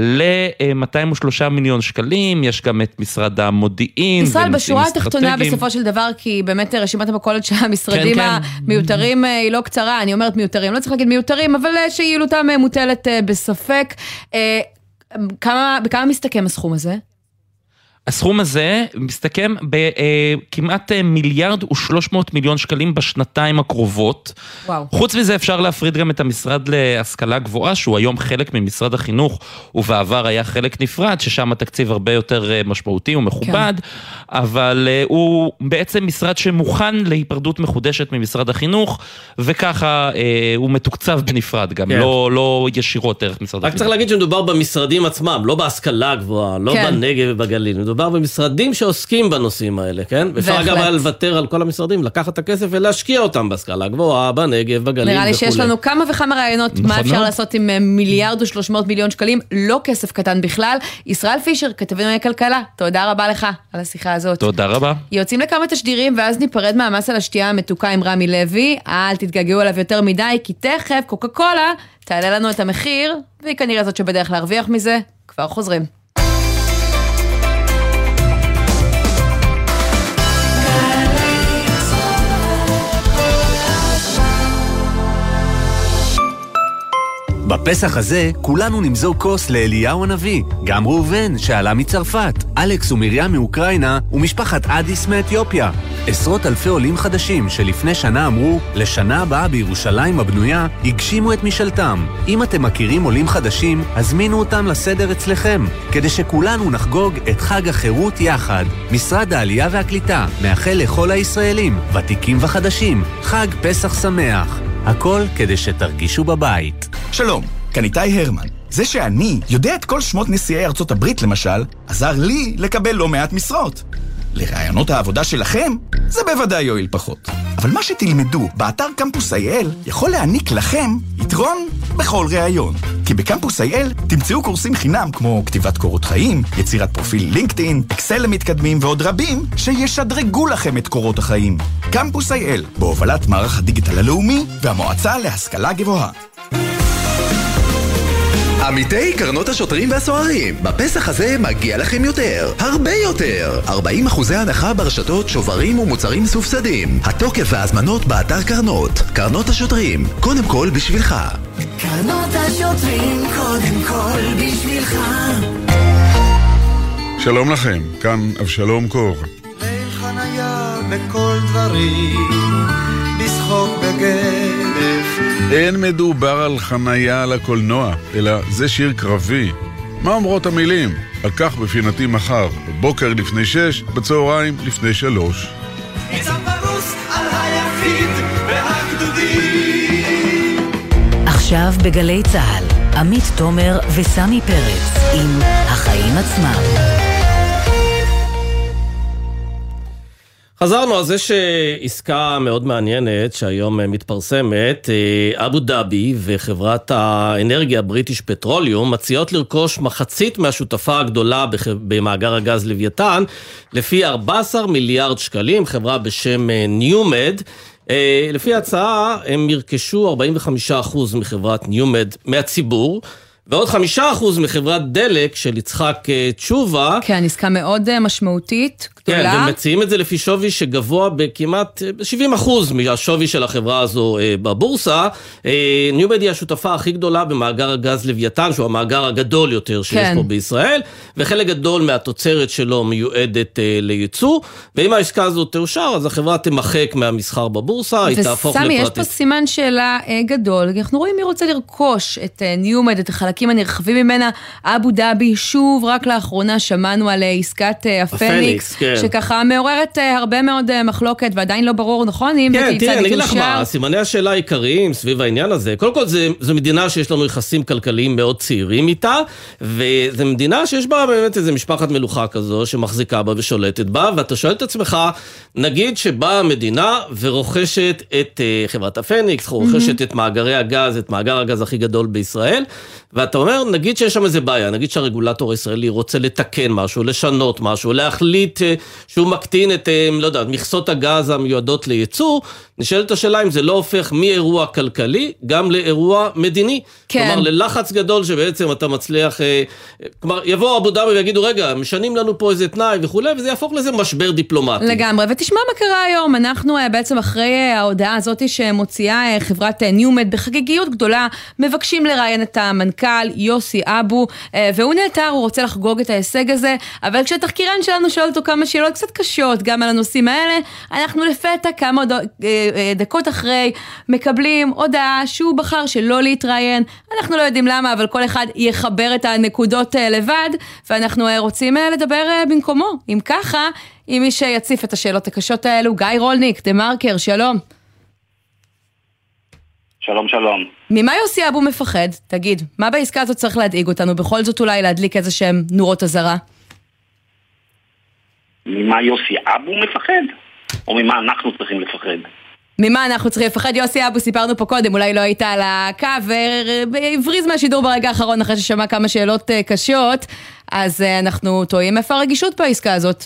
ל-מאתיים ושלושה מיליון שקלים, יש גם את משרד המודיעין. ישראל, בשורה התחתונה בסופו של דבר, כי באמת רשימת המכולת של המשרדים כן, כן. המיותרים היא לא קצרה, אני אומרת מיותרים, לא צריך להגיד מיותרים, אבל שיעילותם מוטלת בספק. כמה, בכמה מסתכם הסכום הזה? הסכום הזה מסתכם בכמעט מיליארד ושלוש מאות מיליון שקלים בשנתיים הקרובות. וואו. חוץ מזה אפשר להפריד גם את המשרד להשכלה גבוהה, שהוא היום חלק ממשרד החינוך, ובעבר היה חלק נפרד, ששם התקציב הרבה יותר משמעותי ומכובד, כן. אבל הוא בעצם משרד שמוכן להיפרדות מחודשת ממשרד החינוך, וככה הוא מתוקצב בנפרד גם, כן. לא, לא ישירות דרך משרד רק החינוך. צריך להגיד שמדובר במשרדים עצמם, לא בהשכלה גבוהה, לא כן. בנגב ובגליל, מדובר במשרדים שעוסקים בנושאים האלה, כן? ואפשר גם היה לוותר על כל המשרדים, לקחת את הכסף ולהשקיע אותם בהשכלה גבוהה, בנגב, בגליל וכו'. נראה לי שיש לנו כמה וכמה רעיונות, נכון. מה אפשר לעשות עם מיליארד ושלוש מאות מיליון שקלים, לא כסף קטן בכלל. ישראל פישר, כתבנו הכלכלה, תודה רבה לך על השיחה הזאת. תודה רבה. יוצאים לכמה תשדירים, ואז ניפרד מהמס על השתייה המתוקה עם רמי לוי. אל תתגעגעו עליו יותר מדי, כי תכף קוקה קולה תעלה לנו את המחיר, והיא כנראה זאת שבדרך להרוויח מזה. כבר חוזרים. בפסח הזה כולנו נמזוג כוס לאליהו הנביא, גם ראובן שעלה מצרפת, אלכס ומרים מאוקראינה ומשפחת אדיס מאתיופיה. עשרות אלפי עולים חדשים שלפני שנה אמרו, לשנה הבאה בירושלים הבנויה, הגשימו את משאלתם. אם אתם מכירים עולים חדשים, הזמינו אותם לסדר אצלכם, כדי שכולנו נחגוג את חג החירות יחד. משרד העלייה והקליטה מאחל לכל הישראלים, ותיקים וחדשים, חג פסח שמח. הכל כדי שתרגישו בבית. שלום, כאן איתי הרמן. זה שאני יודע את כל שמות נשיאי ארצות הברית למשל, עזר לי לקבל לא מעט משרות. לרעיונות העבודה שלכם, זה בוודאי יועיל פחות. אבל מה שתלמדו באתר קמפוס איי אל יכול להעניק לכם יתרון בכל רעיון. כי בקמפוס איי אל תמצאו קורסים חינם כמו כתיבת קורות חיים, יצירת פרופיל לינקדאין, אקסל למתקדמים ועוד רבים שישדרגו לכם את קורות החיים. קמפוס איי אל, בהובלת מערך הדיגיטל הלאומי והמועצה להשכלה גבוהה. עמיתי קרנות השוטרים והסוהרים, בפסח הזה מגיע לכם יותר, הרבה יותר. ארבעים אחוזי הנחה ברשתות, שוברים ומוצרים סופסדים. התוקף וההזמנות באתר קרנות. קרנות השוטרים, קודם כל בשבילך. קרנות השוטרים, קודם כל בשבילך. שלום לכם, כאן אבשלום קור. ליל חניה בכל דברים, לשחוק בגדף. אין מדובר על חניה על הקולנוע, אלא זה שיר קרבי. מה אומרות המילים? על כך בפינתי מחר, בבוקר לפני שש, בצהריים לפני שלוש. עצם פרוס על היחיד והגדודי. עכשיו בגלי צהל, עמית תומר וסמי פרץ עם החיים עצמם. חזרנו, אז יש עסקה מאוד מעניינת שהיום מתפרסמת. אבו דאבי וחברת האנרגיה בריטיש פטרוליום מציעות לרכוש מחצית מהשותפה הגדולה במאגר הגז לוויתן לפי ארבעה עשר מיליארד שקלים, חברה בשם ניומד. לפי ההצעה הם ירכשו ארבעים וחמישה אחוז מחברת ניומד מהציבור, ועוד חמישה אחוז מחברת דלק של יצחק תשובה. כן, עסקה מאוד משמעותית, גדולה. כן, ומציעים את זה לפי שווי שגבוה בכמעט שבעים אחוז מהשווי של החברה הזו בבורסה. ניומד היא השותפה הכי גדולה במאגר הגז לוויתן, שהוא המאגר הגדול יותר שיש כן. פה בישראל, וחלק גדול מהתוצרת שלו מיועדת לייצוא, ואם העסקה הזו תאושר, אז החברה תמחק מהמסחר בבורסה, היא תהפוך לפרטית. וסמי, יש פה סימן שאלה גדול, אנחנו רואים מי רוצה לרכוש את ניומד, את החלקים הנרחבים ממנה. אבו דאבי, שוב, רק לאחרונה שמענו על עסקת הפניקס, כן. שככה מעוררת הרבה מאוד מחלוקת, ועדיין לא ברור, נכון? כן, תראה, אני אגיד לך מה, סימני השאלה העיקריים סביב העניין הזה, קודם כל זה, זו מדינה שיש לנו יחסים כלכליים מאוד צעירים איתה, וזו מדינה שיש בה באמת איזו משפחת מלוכה כזו, שמחזיקה בה ושולטת בה, ואתה שואל את עצמך, נגיד שבאה המדינה ורוכשת את uh, חברת הפניקס, רוכשת mm-hmm. את מאגרי הגז, את מאגר הגז הכי גדול בישראל, ואתה אומר, נגיד שיש שם איזה בעיה, נגיד שהרגולטור הישראלי רוצה לתקן משהו, לשנות משהו, להחליט שהוא מקטין את, לא יודע, מכסות הגז המיועדות לייצור, נשאלת השאלה אם זה לא הופך מאירוע כלכלי גם לאירוע מדיני. כן. כלומר, ללחץ גדול שבעצם אתה מצליח, כלומר, יבוא אבו דאבי ויגידו, רגע, משנים לנו פה איזה תנאי וכולי, וזה יהפוך לזה משבר דיפלומטי. לגמרי, ותשמע מה קרה היום, אנחנו בעצם אחרי ההודעה הזאת שמוציאה חברת ניומד בחגיגיות גדולה, מבקשים לראיין את המנכ"ל יוסי אבו, והוא נעתר, הוא רוצה לחגוג את ההישג הזה, אבל כשהתחקירן שלנו שואל אותו כמה שאלות קצת קשות, גם על הנושאים האלה, אנחנו לפתע כמה דקות אחרי מקבלים הודעה שהוא בחר שלא להתראיין. אנחנו לא יודעים למה, אבל כל אחד יחבר את הנקודות לבד, ואנחנו רוצים לדבר במקומו. אם ככה, עם מי שיציף את השאלות הקשות האלו, גיא רולניק, דה מרקר, שלום. שלום, שלום. ממה יוסי אבו מפחד? תגיד, מה בעסקה הזאת צריך להדאיג אותנו? בכל זאת אולי להדליק איזה שהם נורות הזרה? ממה יוסי אבו מפחד? או ממה אנחנו צריכים לפחד? ממה אנחנו צריכים לפחד? יוסי אבו, סיפרנו פה קודם, אולי לא היית על הקו, והבריז מהשידור ברגע האחרון אחרי ששמע כמה שאלות קשות, אז אנחנו טועים איפה הרגישות בעסקה הזאת.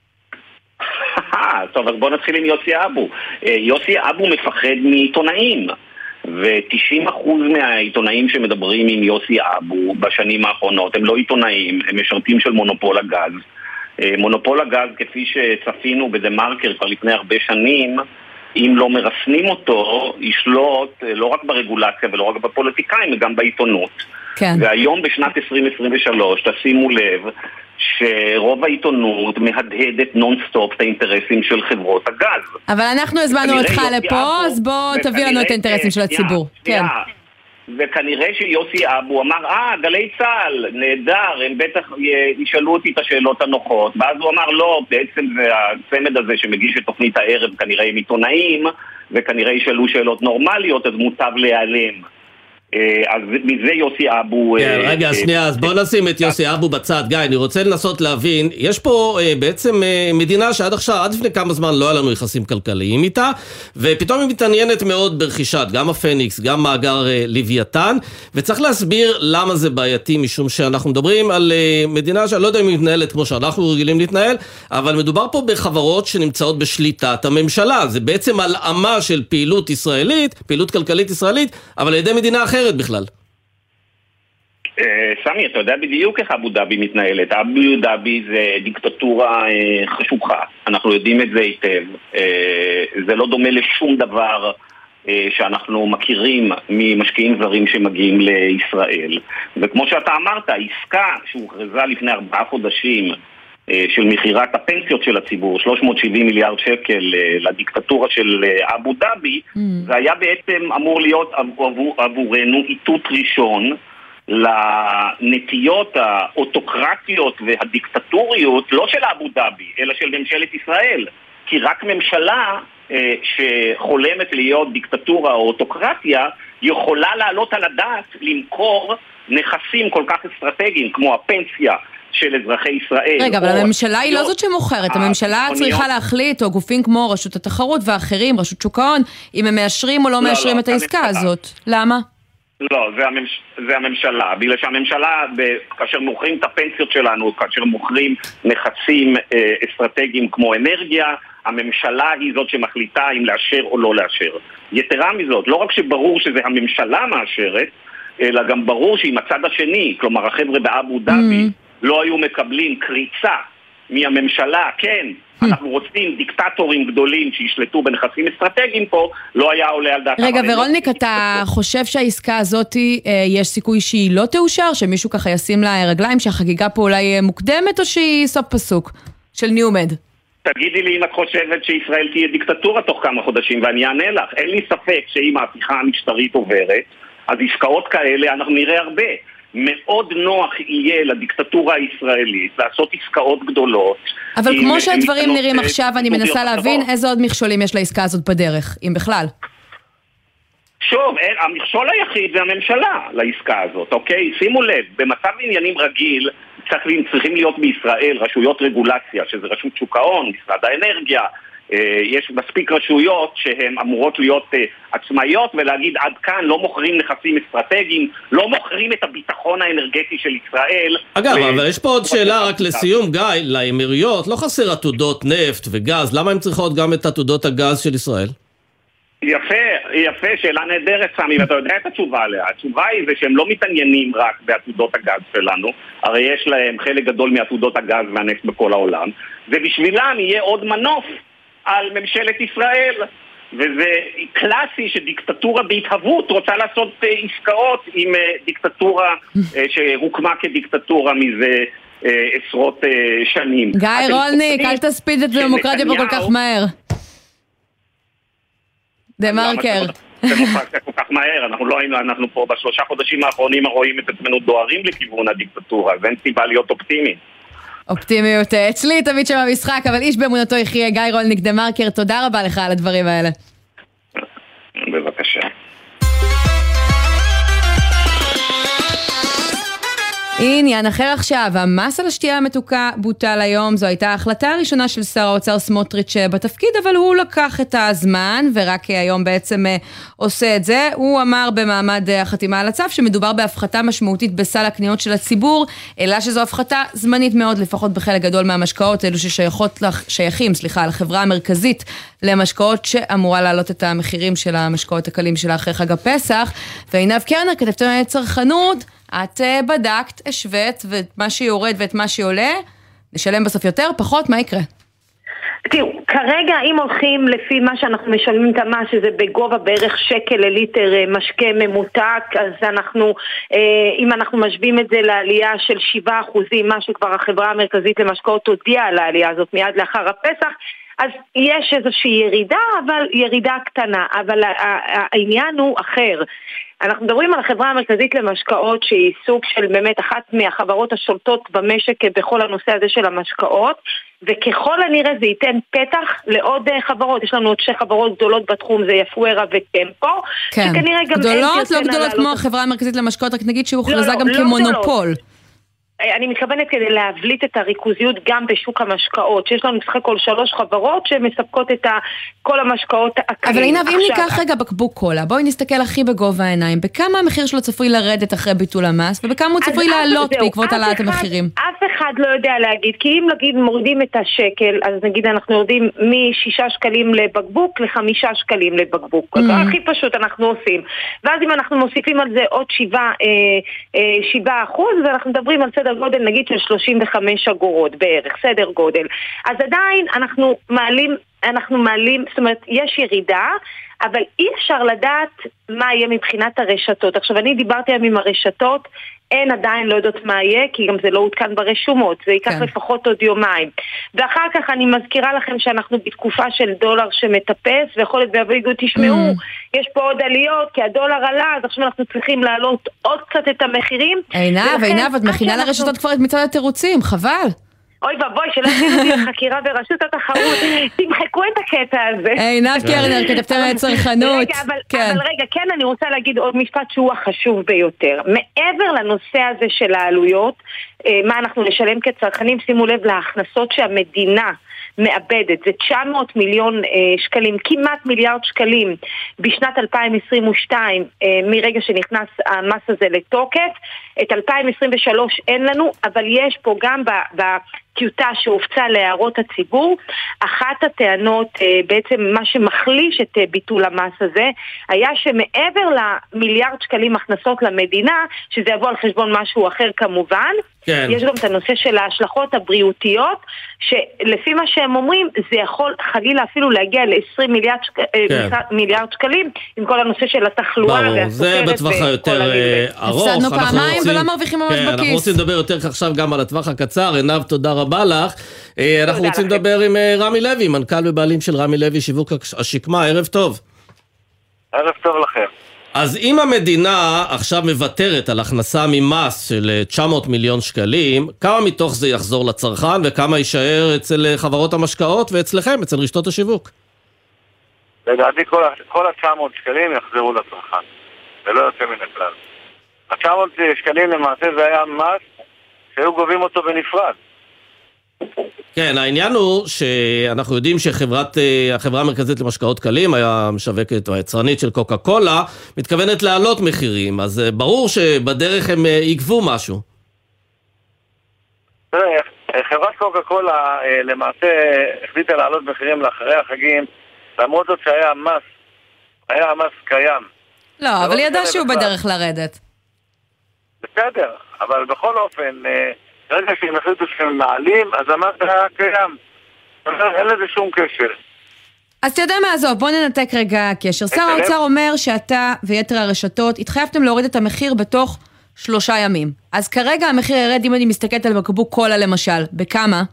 טוב, אז בוא נתחיל עם יוסי אבו. יוסי אבו מפחד מעיתונאים. ו-תשעים אחוז מהעיתונאים שמדברים עם יוסי אבו בשנים האחרונות הם לא עיתונאים, הם משרתים של מונופול הגז. מונופול הגז, כפי שצפינו בדה מרקר כבר לפני הרבה שנים, אם לא מרסנים אותו, ישלוט לא רק ברגולציה ולא רק בפוליטיקאים, גם בעיתונות. כן. והיום בשנת עשרים עשרים ושלוש, תשימו לב, שרוב העיתונות מהדהדת נונסטופ את האינטרסים של חברות הגז. אבל אנחנו הזמנו אותך לפה, אז בוא תביא לנו את האינטרסים של הציבור. כן. וכנראה שיוסי אבו אמר, אה, גלי צהל, נהדר, הם בטח ישאלו אותי את השאלות הנוחות. ואז הוא אמר, לא, בעצם זה הצמד הזה שמגיש את תוכנית הערב, כנראה עם עיתונאים, וכנראה ישאלו שאלות נורמליות, אז מוטב להיעלם. אז מזה יוסי אבו... כן, רגע, שנייה, אז בוא נשים את יוסי אבו בצד. גיא, אני רוצה לנסות להבין, יש פה בעצם מדינה שעד עכשיו, עד לפני כמה זמן לא היה לנו יחסים כלכליים איתה, ופתאום היא מתעניינת מאוד ברכישת, גם הפניקס, גם מאגר לוויתן, וצריך להסביר למה זה בעייתי, משום שאנחנו מדברים על מדינה שאני לא יודע אם היא מתנהלת כמו שאנחנו רגילים להתנהל, אבל מדובר פה בחברות שנמצאות בשליטת הממשלה, זה בעצם הלאמה של פעילות ישראלית, פעילות כלכלית ישראלית, אבל על ידי מדינה אחרת בכלל. סמי, אתה יודע בדיוק איך אבו דאבי מתנהלת. אבו דאבי זה דיקטטורה חשוכה, אנחנו יודעים את זה היטב. זה לא דומה לשום דבר שאנחנו מכירים ממשקיעים זרים שמגיעים לישראל. וכמו שאתה אמרת, העסקה שהוכרזה לפני ארבעה חודשים של מחירת הפנסיות של הציבור, שלוש מאות שבעים מיליארד שקל לדיקטטורה של אבו דאבי, mm. זה היה בעצם אמור להיות עבור, עבורנו איתות ראשון לנטיות האוטוקרטיות והדיקטטוריות, לא של אבו דאבי, אלא של ממשלת ישראל. כי רק ממשלה אה, שחולמת להיות דיקטטורה או אוטוקרטיה, יכולה לעלות על הדעת למכור נכסים כל כך אסטרטגיים, כמו הפנסיה של אזרחי ישראל. רגע, אבל הממשלה היא לא זאת שמוכרת. הממשלה צריכה להחליט, או גופים כמו רשות התחרות ואחרים, רשות שוק ההון, אם הם מאשרים או לא מאשרים את העסקה הזאת. למה? לא, זה, הממש... זה הממשלה, בגלל שהממשלה, כאשר מוכרים את הפנסיות שלנו, כאשר מוכרים נכסים אה, אסטרטגיים כמו אנרגיה, הממשלה היא זאת שמחליטה אם לאשר או לא לאשר. יתרה מזאת, לא רק שברור שזה הממשלה מאשרת, אלא גם ברור שעם הצד השני, כלומר החבר'ה באבו דאבי, mm-hmm. לא היו מקבלים קריצה מהממשלה, כן, אנחנו רוצים דיקטטורים גדולים שישלטו בנכסים אסטרטגיים פה, לא היה עולה על דעת. רגע, ורולניק, אתה חושב שהעסקה הזאת, יש סיכוי שהיא לא תאושר, שמישהו ככה ישים לה רגליים, שהחגיגה פה אולי מוקדמת, או שהיא סוף פסוק של ניומד? תגידי לי אם את חושבת שישראל תהיה דיקטטורה תוך כמה חודשים, ואני אענה לך. אין לי ספק שאם ההפיכה המשטרית עוברת, אז עסקאות כאלה אנחנו נראה הרבה. מאוד נוח יהיה לדיקטטורה הישראלית לעשות עסקאות גדולות. אבל כמו שהדברים נראים עכשיו, אני מנסה להבין איזה עוד מכשולים יש לעסקה הזאת בדרך, אם בכלל. שוב, המכשול היחיד זה הממשלה לעסקה הזאת, אוקיי? שימו לב, במצב עניינים רגיל צריכים להיות בישראל רשויות רגולציה, שזה רשות שוק ההון, משרד האנרגיה, יש מספיק רשויות שהן אמורות להיות עצמאיות ולהגיד עד כאן לא מוכרים נכסים אסטרטגיים, לא מוכרים את הביטחון האנרגטי של ישראל. אגב, אבל יש פה עוד שאלה רק לסיום, גיא, לאמירויות לא חסר עתודות נפט וגז, למה הן צריכות גם את עתודות הגז של ישראל? יפה, יפה, שאלה נהדרת סמי, ואתה יודע את התשובה עליה. התשובה היא זה שהם לא מתעניינים רק בעתודות הגז שלנו, הרי יש להם חלק גדול מעתודות הגז והנפט בכל העולם, ובשבילם יהיה עוד מנוף על ממשלת ישראל, וזה קלאסי שדיקטטורה בהתהוות רוצה לעשות עסקאות עם דיקטטורה שהוקמה כדיקטטורה מזה עשרות שנים. גיא רולניק, אל תספיד את הדמוקרטיה פה כל כך מהר. דה מרקר. דמוקרטיה כל כך מהר, אנחנו לא היינו, אנחנו פה בשלושה חודשים האחרונים רואים את עצמנו דוהרים לכיוון הדיקטטורה, ואין סיבה להיות אופטימי. אופטימיות אצלי תמיד שם במשחק, אבל איש באמונתו יחיה. גיא רולניק, דה מרקר, תודה רבה לך על הדברים האלה. בבקשה. עניין אחר עכשיו, המס על השתייה המתוקה בוטל היום. זו הייתה ההחלטה הראשונה של שר האוצר סמוטריץ' בתפקיד, אבל הוא לקח את הזמן ורק היום בעצם עושה את זה. הוא אמר במעמד החתימה על הצו שמדובר בהפחתה משמעותית בסל הקניות של הציבור, אלא שזו הפחתה זמנית מאוד, לפחות בחלק גדול מהמשקאות, אלו ששייכות, שייכים, סליחה, לחברה המרכזית למשקאות שאמורה להעלות את המחירים של המשקאות הקלים שלה אחרי חג הפסח. ועינב קרנר, כתבת עלינו צרכנות, את בדקת, השווית, ואת מה שיורד ואת מה שעולה, נשלם בסוף יותר, פחות, מה יקרה? תראו, כרגע אם הולכים לפי מה שאנחנו משלמים את המס, שזה בגובה בערך שקל לליטר משקה ממותק, אז אנחנו, אם אנחנו משווים את זה לעלייה של שבעה אחוזים, מה שכבר החברה המרכזית למשקאות הודיעה על העלייה הזאת מיד לאחר הפסח, אז יש איזושהי ירידה, אבל ירידה קטנה, אבל העניין הוא אחר. אנחנו מדברים על החברה המרכזית למשקאות שהיא סוג של באמת אחת מהחברות השולטות במשק בכל הנושא הזה של המשקאות, וככל הנראה זה ייתן פתח לעוד חברות. יש לנו עוד שתי חברות גדולות בתחום, זה יפוארה וטמפו. כן, גדולות, לא גדולות כמו החברה המרכזית למשקאות, רק נגיד שהוא הוכרזה גם כמונופול. אני מתכוונת כדי להבליט את הריכוזיות גם בשוק המשקאות, שיש לנו בסך הכל שלוש חברות שמספקות את כל המשקאות הקלים. אבל הנה, אם ניקח רגע בקבוק קולה, בואי נסתכל הכי בגובה העיניים, בכמה המחיר שלו צפוי לרדת אחרי ביטול המס, ובכמה הוא צפוי לעלות בעקבות העלאת המחירים? אף אחד לא יודע להגיד, כי אם נגיד מורידים את השקל, אז נגיד אנחנו יורדים משישה שקלים לבקבוק לחמישה שקלים לבקבוק. הכי פשוט אנחנו עושים. ואז אם אנחנו מוסיפים על זה עוד שבעה, שבעה אחוז, ואנחנו מדברים על סדר גודל נגיד של שלושים וחמש אגורות בערך, סדר גודל. אז עדיין אנחנו מעלים, אנחנו מעלים, זאת אומרת, יש ירידה, אבל אי אפשר לדעת מה יהיה מבחינת הרשתות. עכשיו, אני דיברתי עם הרשתות, אין עדיין לא יודעות מה יהיה, כי גם זה לא עודכן ברשומות, זה ייקח כן. לפחות עוד יומיים. ואחר כך אני מזכירה לכם שאנחנו בתקופה של דולר שמטפס, ויכול להיות בהביגו תשמעו, mm. יש פה עוד עליות, כי הדולר עלה, אז עכשיו אנחנו צריכים להעלות עוד קצת את המחירים. עינב, עינב, את מכינה לרשתות כבר את מצד התירוצים, חבל. אוי ובוי, שלא עשינו לי חקירה ברשות התחרות, תמחקו את הקטע הזה. עינב קרנר, כתבתם הצרכנות. רגע, אבל, אבל רגע, כן, אני רוצה להגיד עוד משפט שהוא החשוב ביותר. מעבר לנושא הזה של העלויות, מה אנחנו נשלם כצרכנים, שימו לב להכנסות שהמדינה מאבדת, זה תשע מאות מיליון אה, שקלים, כמעט מיליארד שקלים בשנת אלפיים עשרים ושתיים, אה, מרגע שנכנס המס הזה לתוקף. את אלפיים עשרים ושלוש אין לנו, אבל יש פה גם בטיוטה שהופצה להערות הציבור, אחת הטענות, אה, בעצם מה שמחליש את אה, ביטול המס הזה, היה שמעבר למיליארד שקלים הכנסות למדינה, שזה יבוא על חשבון משהו אחר כמובן, כן. יש גם את הנושא של ההשלכות הבריאותיות, שלפי מה שהם אומרים, זה יכול חלילה אפילו להגיע ל-עשרים מיליארד, שק... כן. מיליארד שקלים, עם כל הנושא של התחלואה. ברור, זה בטווח היותר ארוך. הפסדנו פעמיים ולא מרוויחים ממש כן, בכיס. אנחנו רוצים לדבר יותר עכשיו גם על הטווח הקצר. עינב, תודה רבה לך. אנחנו רוצים לכם. לדבר עם רמי לוי, מנכ"ל ובעלים של רמי לוי, שיווק השקמה. ערב טוב. ערב טוב לכם. אז אם המדינה עכשיו מוותרת על הכנסה ממס של תשע מאות מיליון שקלים, כמה מתוך זה יחזור לצרכן וכמה יישאר אצל חברות המשקאות ואצלכם, אצל רשתות השיווק? לדעתי כל, כל ה-תשע מאות שקלים יחזרו לצרכן, ולא יוצא מן הכלל. ה-תשע מאות שקלים למעשה זה היה מס שהיו גובים אותו בנפרד. כן, העניין הוא שאנחנו יודעים שחברת, החברה המרכזית למשקאות קלים, היה משווקת או היצרנית של קוקה קולה, מתכוונת להעלות מחירים, אז ברור שבדרך הם יגבו משהו. חברת קוקה קולה למעשה החליטה להעלות מחירים לאחרי החגים, למרות זאת שהיה מס, היה מס קיים. לא, אבל ידע שהוא בדרך לרדת. בסדר, אבל בכל אופן... ברגע שהם החליטו שהם מעלים, אז המס היה קיים. אין לזה שום קשר. אז אתה יודע מה, עזוב, בוא ננתק רגע הקשר. שר האוצר אומר שאתה ויתר הרשתות התחייבתם להוריד את המחיר בתוך שלושה ימים. אז כרגע המחיר ירד, אם אני מסתכלת על בקבוק קולה למשל, בכמה?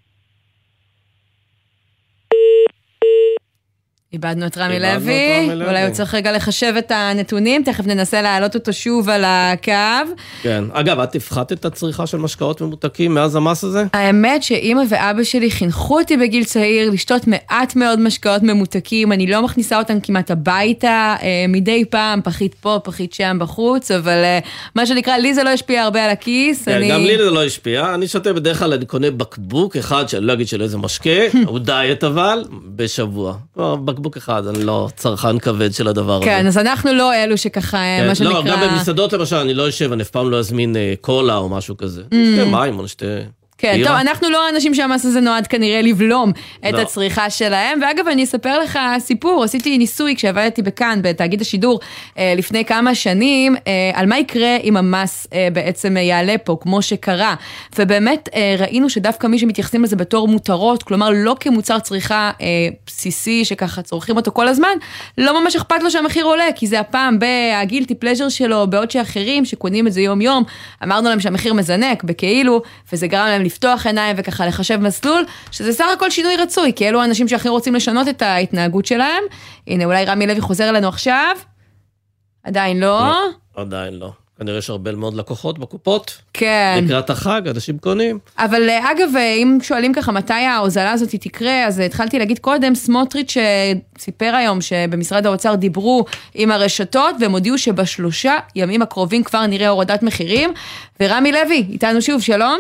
איבדנו את רמי לוי, אולי הוא צריך רגע לחשב את הנתונים, תכף ננסה להעלות אותו שוב על הקו. כן, אגב, את הפחת את הצריכה של משקאות ממותקים מאז המס הזה? האמת שאמא ואבא שלי חינכו אותי בגיל צעיר לשתות מעט מאוד משקאות ממותקים, אני לא מכניסה אותם כמעט הביתה, מדי פעם פחית פה, פחית שם בחוץ, אבל מה שנקרא, לי זה לא השפיע הרבה על הכיס. כן, אני... גם לי זה לא השפיע, אני שותה בדרך כלל, אני קונה בקבוק אחד, שאני לא אגיד של איזה משקה, הוא דיאט אבל, בשבוע. בקבוק אחד, אני לא צרכן כבד של הדבר הזה. כן, אז אנחנו לא אלו שככה, מה שנקרא... לא, גם במסעדות למשל, אני לא יושב, אני אף פעם לא אזמין קולה או משהו כזה. נשתה מים או נשתה... כן, טוב, אנחנו לא האנשים שהמס הזה נועד כנראה לבלום את הצריכה שלהם, ואגב, אני אספר לך סיפור, עשיתי ניסוי כשעבדתי בכאן, בתאגיד השידור, לפני כמה שנים, על מה יקרה אם המס בעצם יעלה פה, כמו שקרה, ובאמת ראינו שדווקא מי שמתייחסים לזה בתור מותרות, כלומר לא כמוצר צריכה בסיסי, שככה צורכים אותו כל הזמן, לא ממש אכפת לו שהמחיר עולה, כי זה הפעם בהגילטי פלז'ר שלו, בעוד שאחרים שקונים את זה יום יום, אמרנו להם שהמחיר מזנק בכאילו, וזה גרם להם לפתוח עיניים וככה לחשב מסלול, שזה סך הכל שינוי רצוי, כי אלו האנשים שהכי רוצים לשנות את ההתנהגות שלהם. הנה, אולי רמי לוי חוזר אלינו עכשיו. עדיין לא. לא, עדיין לא. כנראה יש הרבה מאוד לקוחות בקופות. כן. לקראת החג, אנשים קונים. אבל אגב, אם שואלים ככה מתי ההוזלה הזאת תקרה, אז התחלתי להגיד קודם, סמוטריץ' סיפר היום שבמשרד האוצר דיברו עם הרשתות, והם הודיעו שבשלושה ימים הקרובים כבר נראה הורדת מחירים. ורמי לוי, איתנו שוב, שלום.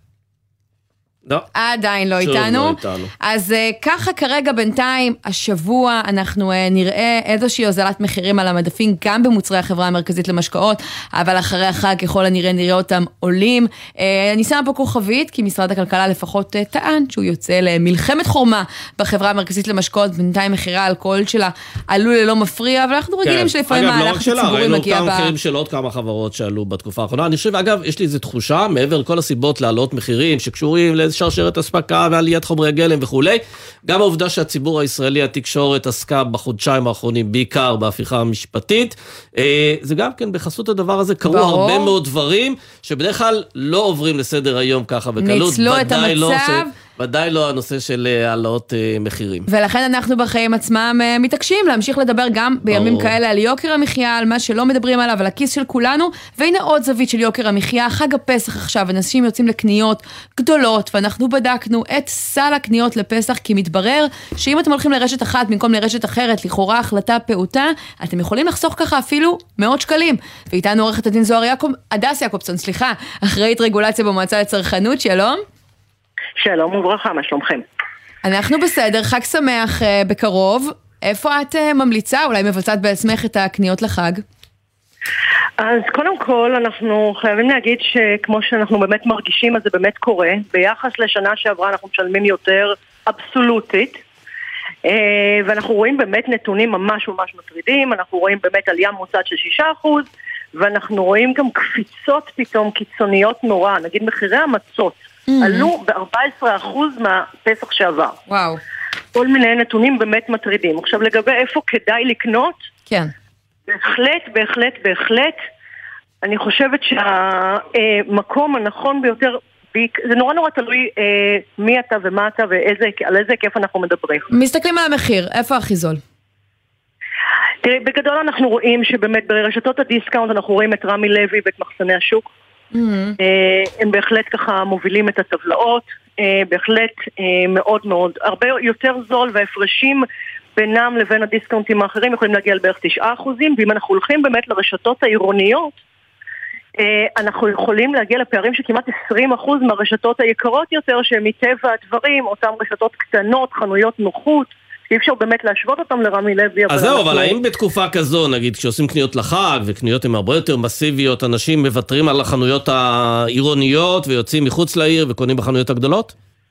לא. עדיין לא שוב איתנו. לא איתנו. אז uh, ככה כרגע בינתיים, השבוע אנחנו uh, נראה איזושהי הוזלת מחירים על המדפים, גם במוצרי החברה המרכזית למשקאות, אבל אחרי החג ככל הנראה נראה אותם עולים. Uh, אני שמה פה כוכבית, כי משרד הכלכלה לפחות uh, טען שהוא יוצא למלחמת חורמה בחברה המרכזית למשקאות, בינתיים מחירי האלכוהול שלה עלו ללא מפריע, אבל אנחנו רגילים כן. שלפעמים הלחץ הציבורי מגיע ב... ראינו כמה מחירים של עוד כמה חברות שעלו בתקופה האחרונה. אני חושב, אגב, יש לי איזו תחושה, מעבר לכל הסיבות להעלות מחירים שקשורים שרשרת הספקה ועליית חומרי הגלם וכולי. גם העובדה שהציבור הישראלי התקשורת עסקה בחודשיים האחרונים בעיקר בהפיכה המשפטית, זה גם כן בחסות הדבר הזה קרו ברור. הרבה מאוד דברים שבדרך כלל לא עוברים לסדר היום ככה בקלות. ניצלו את המצב. לא ש... ודאי לא הנושא של העלות מחירים. ולכן אנחנו בחיים עצמם מתעקשים להמשיך לדבר גם בימים ברור. כאלה על יוקר המחיה, על מה שלא מדברים עליו, על הכיס של כולנו, והנה עוד זווית של יוקר המחיה, חג הפסח עכשיו, אנשים יוצאים לקניות גדולות, ואנחנו בדקנו את סל הקניות לפסח, כי מתברר שאם אתם הולכים לרשת אחת במקום לרשת אחרת, לכאורה החלטה פעוטה, אתם יכולים לחסוך ככה אפילו מאות שקלים. ואיתנו עורכת הדין זוהר יעקב, הדס יעקובסון, סליחה, אחראית רגולציה במועצה לצרכנות, שלום. שלום וברכה, מה שלומכם? אנחנו בסדר, חג שמח uh, בקרוב. איפה את uh, ממליצה? אולי מבצעת בעצמך את הקניות לחג? אז קודם כל אנחנו חייבים להגיד שכמו שאנחנו באמת מרגישים, אז זה באמת קורה. ביחס לשנה שעברה אנחנו משלמים יותר אבסולוטית, uh, ואנחנו רואים באמת נתונים ממש ממש מטרידים. אנחנו רואים באמת עלייה ממוצעת של שישה אחוז, ואנחנו רואים גם קפיצות פתאום קיצוניות נורא. נגיד מחירי המצות עלו ב-ארבעה עשר אחוז מהפסח שעבר. וואו. כל מיני נתונים באמת מטרידים. עכשיו לגבי איפה כדאי לקנות? כן. בהחלט, בהחלט, בהחלט. אני חושבת שהמקום הנכון ביותר, זה נורא נורא תלוי מי אתה ומה אתה ועל איזה היקף אנחנו מדברים. מסתכלים על המחיר, איפה הכי זול? תראי, בגדול אנחנו רואים שבאמת ברשתות הדיסקאונט אנחנו רואים את רמי לוי ואת מחסני השוק. Mm-hmm. הם בהחלט ככה מובילים את הטבלאות, בהחלט מאוד מאוד, הרבה יותר זול, וההפרשים בינם לבין הדיסקאונטים האחרים יכולים להגיע על בערך תשעה אחוזים, ואם אנחנו הולכים באמת לרשתות העירוניות, אנחנו יכולים להגיע לפערים שכמעט עשרים אחוז מהרשתות היקרות יותר, שמטבע הדברים, אותם רשתות קטנות, חנויות נוחות, אי אפשר באמת להשוות אותם לרמי לוי. אז זהו, אבל האם בתקופה כזו, נגיד, כשעושים קניות לחג, וקניות הן הרבה יותר מסיביות, אנשים מוותרים על החנויות העירוניות, ויוצאים מחוץ לעיר, וקונים בחנויות הגדולות?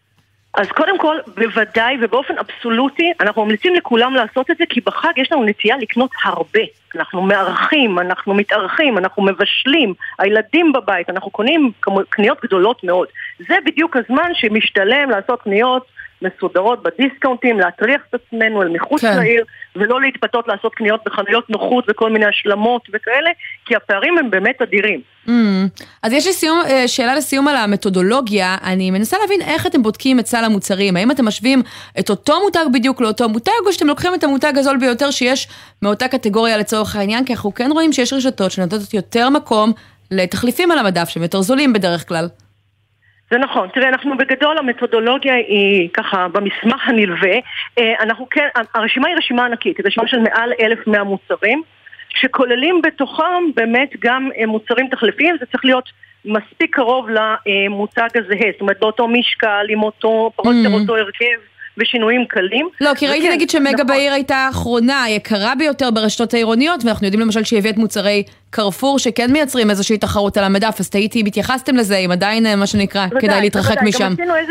אז קודם כל, בוודאי, ובאופן אבסולוטי, אנחנו ממליצים לכולם לעשות את זה, כי בחג יש לנו נטייה לקנות הרבה. אנחנו מארחים, אנחנו מתארחים, אנחנו מבשלים, הילדים בבית, אנחנו קונים קניות גדולות מאוד. זה בדיוק הזמן שמשתלם לעשות קניות מסודרות בדיסקאונטים, להטריח את עצמנו אל מחוץ כן. לעיר, ולא להתפתות לעשות קניות בחנויות נוחות וכל מיני השלמות וכאלה, כי הפערים הם באמת אדירים. Mm. אז יש לי סיום, שאלה לסיום על המתודולוגיה. אני מנסה להבין איך אתם בודקים את סל המוצרים. האם אתם משווים את אותו מותג בדיוק לאותו מותג, או שאתם לוקחים את המותג הזול ביותר שיש מאותה קטגוריה לצורך העניין, כי אנחנו כן רואים שיש רשתות שנותנות יותר מקום לתחליפים על המדף, שהם יותר זולים בדרך כלל. זה נכון, תראה, אנחנו בגדול, המתודולוגיה היא ככה, במסמך הנלווה, אנחנו כן, הרשימה היא רשימה ענקית, רשימה של מעל אלף ומאה מוצרים, שכוללים בתוכם באמת גם מוצרים תחליפיים, זה צריך להיות מספיק קרוב למותג הזהה, זאת אומרת, באותו משקל, עם אותו, פחות או אותו הרכב, ושינויים קלים. לא, כי ראיתי נגיד שמגה בעיר הייתה האחרונה, היקרה ביותר ברשתות העירוניות, ואנחנו יודעים למשל שהביאת מוצרי קרפור, שכן מייצרים איזושהי תחרות על המדף, אז תהיתי, התייחסתם לזה, אם עדיין מה שנקרא, כדאי להתרחק משם.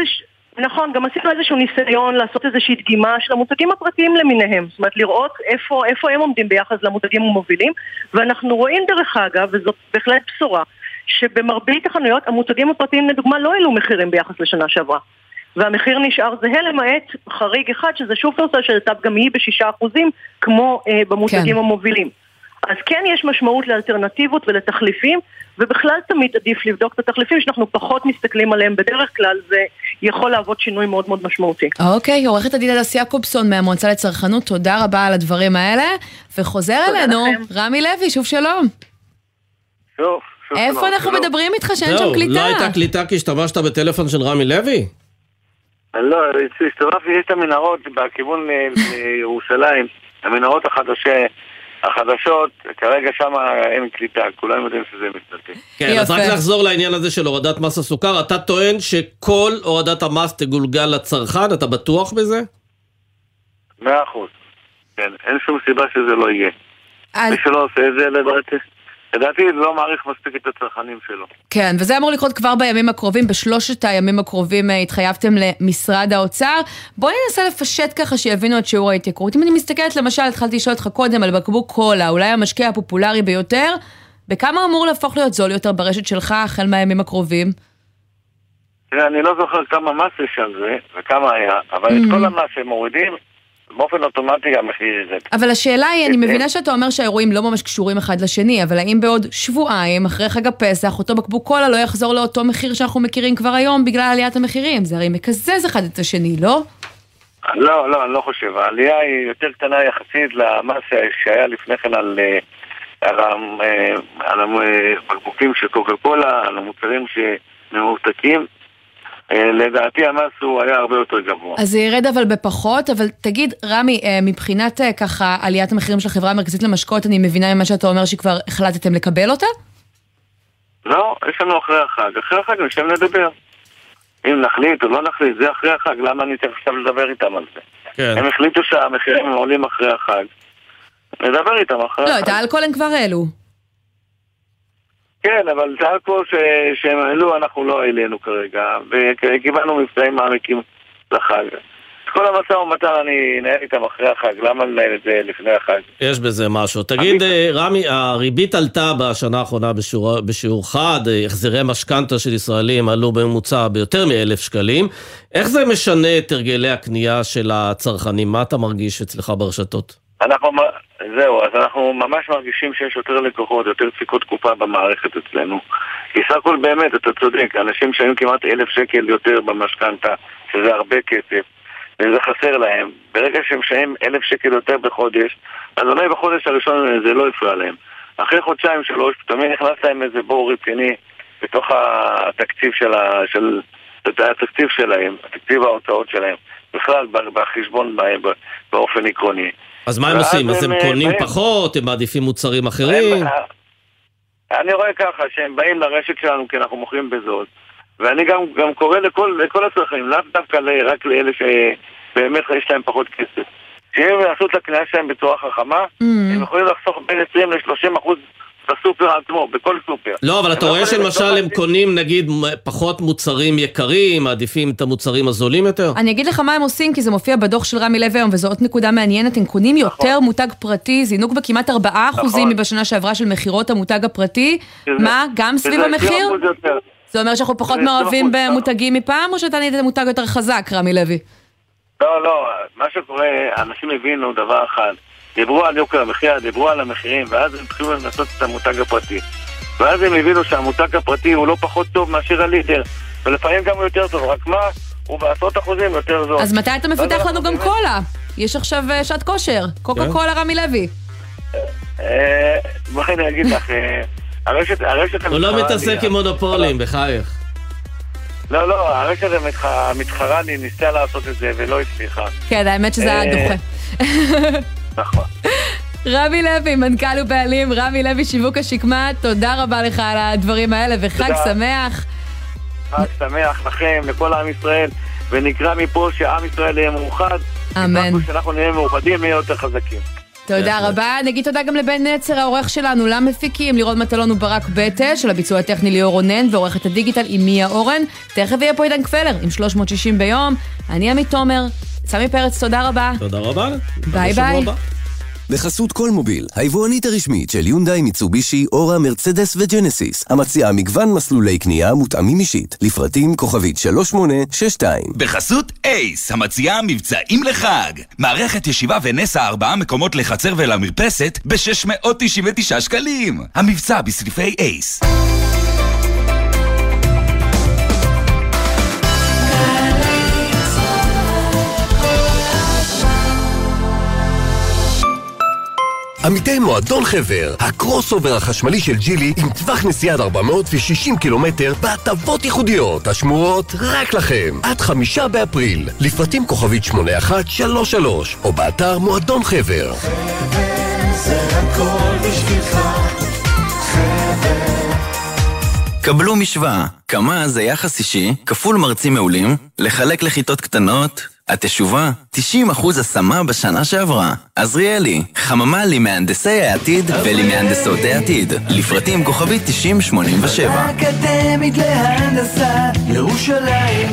נכון, גם עשינו איזשהו ניסיון לעשות איזושהי דגימה של המותגים הפרטיים למיניהם, זאת אומרת לראות איפה, איפה הם עומדים ביחס למותגים המובילים, ואנחנו רואים דרך אגב, וזאת בהחלט בשורה, שבמרבית החנויות המותגים הפרטיים לדוגמה לא העלו מחירים ביחס לשנה שעברה. והמחיר נשאר זהה למעט חריג אחד, שזה שופרסל שלטב גם היא בשישה אחוזים, כמו אה, במותגים כן. המובילים. אז כן יש משמעות לאלטרנטיבות ולתחליפים, ובכלל תמיד עדיף לבדוק את התחליפים שאנחנו פחות מסתכלים עליהם בדרך כלל, זה יכול לעבוד שינוי מאוד מאוד משמעותי. אוקיי, עורכת הדין הדס יעקובסון מהמועצה לצרכנות, תודה רבה על הדברים האלה, וחוזר אלינו לכם. רמי לוי, שוב שלום. שוב, שוב. איפה אנחנו מדברים איתך שאין שם קליטה? לא הייתה קליטה כי השתמשת בטלפון של רמי לוי? לא, הסתובבתי, יש את המנהרות בכיוון לירושלים, המנהרות החדשות, כרגע שם אין קליטה, כולם יודעים שזה מתנתק. כן, אז רק לחזור לעניין הזה של הורדת מס הסוכר, אתה טוען שכל הורדת המס תגולגל לצרכן, אתה בטוח בזה? מאה אחוז. כן, אין שום סיבה שזה לא יהיה. מי שלא עושה את זה, לדעתי, לדעתי זה לא מעריך מספיק את הצרכנים שלו. כן, וזה אמור לקרות כבר בימים הקרובים, בשלושת הימים הקרובים התחייבתם למשרד האוצר. בואי ננסה לפשט ככה שיבינו את שיעור ההתייקרות. אם אני מסתכלת, למשל, התחלתי לשאול אותך קודם על בקבוק קולה, אולי המשקה הפופולרי ביותר, בכמה אמור להפוך להיות זול יותר ברשת שלך החל מהימים הקרובים? תראה, אני לא זוכר כמה מס יש על זה, וכמה היה, אבל את כל המס שהם מורידים, באופן אוטומטי המחיר ירד. אבל השאלה היא, אני מבינה שאתה אומר שהאירועים לא ממש קשורים אחד לשני, אבל האם בעוד שבועיים, אחרי חג הפסח, אותו בקבוק קולה לא יחזור לאותו מחיר שאנחנו מכירים כבר היום בגלל עליית המחירים? זה הרי מקזז אחד את השני, לא? לא, לא, אני לא חושב. העלייה היא יותר קטנה יחסית למס שהיה לפני כן על, על, על הבקבוקים של קוקה קולה, על המוצרים שממותקים. לדעתי המס הוא היה הרבה יותר גבוה. אז זה ירד אבל בפחות, אבל תגיד, רמי, מבחינת ככה עליית המחירים של החברה המרכזית למשקאות, אני מבינה ממה שאתה אומר שכבר החלטתם לקבל אותה? לא, יש לנו אחרי החג. אחרי החג נשב לדבר. אם נחליט או לא נחליט, זה אחרי החג. למה אני צריך עכשיו לדבר איתם על זה? כן. הם החליטו שהמחירים עולים אחרי החג. נדבר איתם אחרי החג. לא, את האלכוהול הם כבר העלו. כן, אבל זה הכל שהם העלו, אנחנו לא העלינו כרגע, וקיבלנו מבצעים מעמיקים לחג. כל המשא ומתן אני נהל איתם אחרי החג, למה לנהל את זה לפני החג? יש בזה משהו. תגיד, רמי, הריבית עלתה בשנה האחרונה בשיעור, בשיעור חד, החזרי משכנתה של ישראלים עלו בממוצע ביותר מאלף שקלים. איך זה משנה את הרגלי הקנייה של הצרכנים? מה אתה מרגיש אצלך ברשתות? אנחנו, זהו, אז אנחנו ממש מרגישים שיש יותר לקוחות, יותר דפיקות קופה במערכת אצלנו. כי סך הכל באמת, אתה צודק, אנשים שהיו כמעט אלף שקל יותר במשכנתה, שזה הרבה כסף, וזה חסר להם. ברגע שהם שהם אלף שקל יותר בחודש, אז אולי בחודש הראשון זה לא יפריע להם. אחרי חודשיים שלוש, תמיד נכנס להם איזה בור רציני בתוך התקציב של, ה, של התקציב שלהם, התקציב ההוצאות שלהם, בכלל בחשבון באופן עקרוני. אז מה הם עושים? אז הם קונים פחות, הם מעדיפים מוצרים אחרים? אני רואה ככה, שהם באים לרשת שלנו כי אנחנו מוכרים בזול, ואני גם קורא לכל הצרכנים, לאו דווקא רק לאלה שבאמת יש להם פחות כסף. שאם יעשו את הקנייה שלהם בצורה חכמה, הם יכולים לחסוך בין עשרים לשלושים אחוז בסופר עצמו, בכל סופר. לא, אבל אתה רואה שלמשל הם קונים נגיד פחות מוצרים יקרים, מעדיפים את המוצרים הזולים יותר? אני אגיד לך מה הם עושים, כי זה מופיע בדוח של רמי לוי היום, וזו עוד נקודה מעניינת, הם קונים יותר מותג פרטי, זינוק בכמעט ארבעה אחוזים מבשנה שעברה של מחירות המותג הפרטי. מה? גם סביב המחיר? זה אומר שאנחנו פחות מעורבים במותגים מפעם, או שאתה נהיית מותג יותר חזק, רמי לוי? לא, לא, מה שקורה, אנשים הבינו דבר אחד. דיברו על יוקר המחיר, דיברו על המחירים, ואז הם התחילו לנסות את המותג הפרטי. ואז הם הבינו שהמותג הפרטי הוא לא פחות טוב מאשר הליטר, ולפעמים גם הוא יותר טוב, רק מה? הוא בעשרות אחוזים יותר זול. אז מתי אתה מפתח לנו גם קולה? יש עכשיו שעת כושר, קוקה קולה רמי לוי. בואי אני אגיד לך, הרשת... הוא לא מתעסק עם מונופולים, בחייך. לא, לא, הרשת המתחרה לי ניסה לעשות את זה ולא הצליחה. כן, האמת שזה היה דוחה. נכון. רמי לוי, מנכ"ל ובעלים, רמי לוי שיווק השקמה, תודה רבה לך על הדברים האלה וחג שמח. חג שמח לכם, לכל עם ישראל, ונקרא מפה שעם ישראל יהיה מאוחד. אמן. שאנחנו נהיה מאוחדים, נהיה יותר חזקים. תודה רבה, נגיד תודה גם לבן נצר, העורך שלנו, למפיקים, לירון מטלון וברק בטה, של הביצוע הטכני ליאור רונן, ועורכת הדיגיטל עם מיה אורן. תכף יהיה פה עידן כפלר עם שלוש מאות שישים ביום. אני עמית תומר, סמי פרץ, תודה רבה. תודה רבה. ביי ביי. בחסות כל מוביל, היבואנית הרשמית של יונדאי, מיצובישי, אורה, מרצדס וג'נסיס, המציעה מגוון מסלולי קנייה מותאמים אישית, לפרטים כוכבית שלוש שמונה שש שתיים. בחסות אייס, המציעה מבצעים לחג, מערכת ישיבה ונסה ארבעה מקומות לחצר ולמרפסת ב-שש מאות תשעים ותשעה שקלים. המבצע בסניפי אייס. עמיתי מועדון חבר, הקרוס אובר החשמלי של ג'ילי עם טווח נסיעה עד ארבע מאות ושישים קילומטר בהטבות ייחודיות השמורות רק לכם עד חמישה באפריל. לפרטים כוכבית שמונה אחת שלוש שלוש או באתר מועדון חבר. חבר זה הכל בשבילך, חבר. קבלו משוואה, כמה זה יחס אישי, כפול מרצים מעולים, לחלק לכיתות קטנות, התשובה, תשעים אחוז השמה בשנה שעברה. עזריאלי, חממה למהנדסי העתיד ולמהנדסות העתיד. לפרטים כוכבית תשעים שמונים ושבע. אקדמית להנדסה, ירושלים.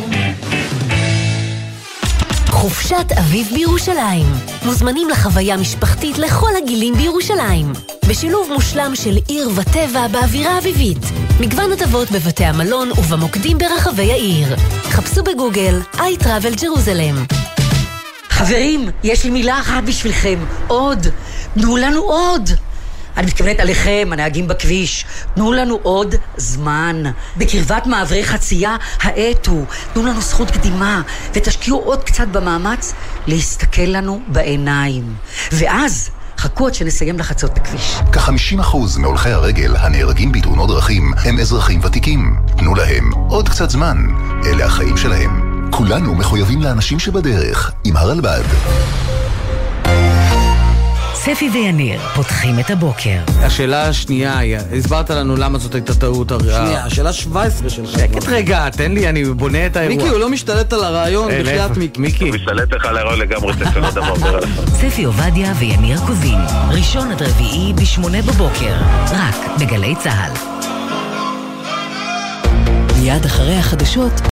חופשת אביב בירושלים. מוזמנים לחוויה משפחתית לכל הגילים בירושלים. בשילוב מושלם של עיר וטבע באווירה אביבית. מגוון הטבות בבתי המלון ובמוקדים ברחבי העיר. חפשו בגוגל iTravel Jerusalem. חברים, יש לי מילה אחת בשבילכם. עוד. תנו לנו עוד. אני מתכוונת עליכם, הנהגים בכביש. תנו לנו עוד זמן. בקרבת מעברי חצייה, האטו. תנו לנו זכות קדימה, ותשקיעו עוד קצת במאמץ להסתכל לנו בעיניים. ואז חכו עד שנסיים לחצות את הכביש. כ-חמישים אחוז מהולכי הרגל הנהרגים בתאונות דרכים הם אזרחים ותיקים. תנו להם עוד קצת זמן. אלה החיים שלהם. כולנו מחויבים לאנשים שבדרך, עם הרלב"ד. ספי ויניר פותחים את הבוקר. השאלה השנייה היא, הסברת לנו למה זאת הייתה טעות. שנייה, השאלה שבע עשרה שלך. שקט רגע, תן לי, אני בונה את האירוע. מיקי, הוא לא משתלט על הרעיון, בחייאת מיקי. הוא משתלט לך על הרעיון לגמרי, ספי לא דבר. ספי עובדיה ויניר קוזין, ראשון עד רביעי בשמונה בבוקר, רק בגלי צהל. מיד אחרי החדשות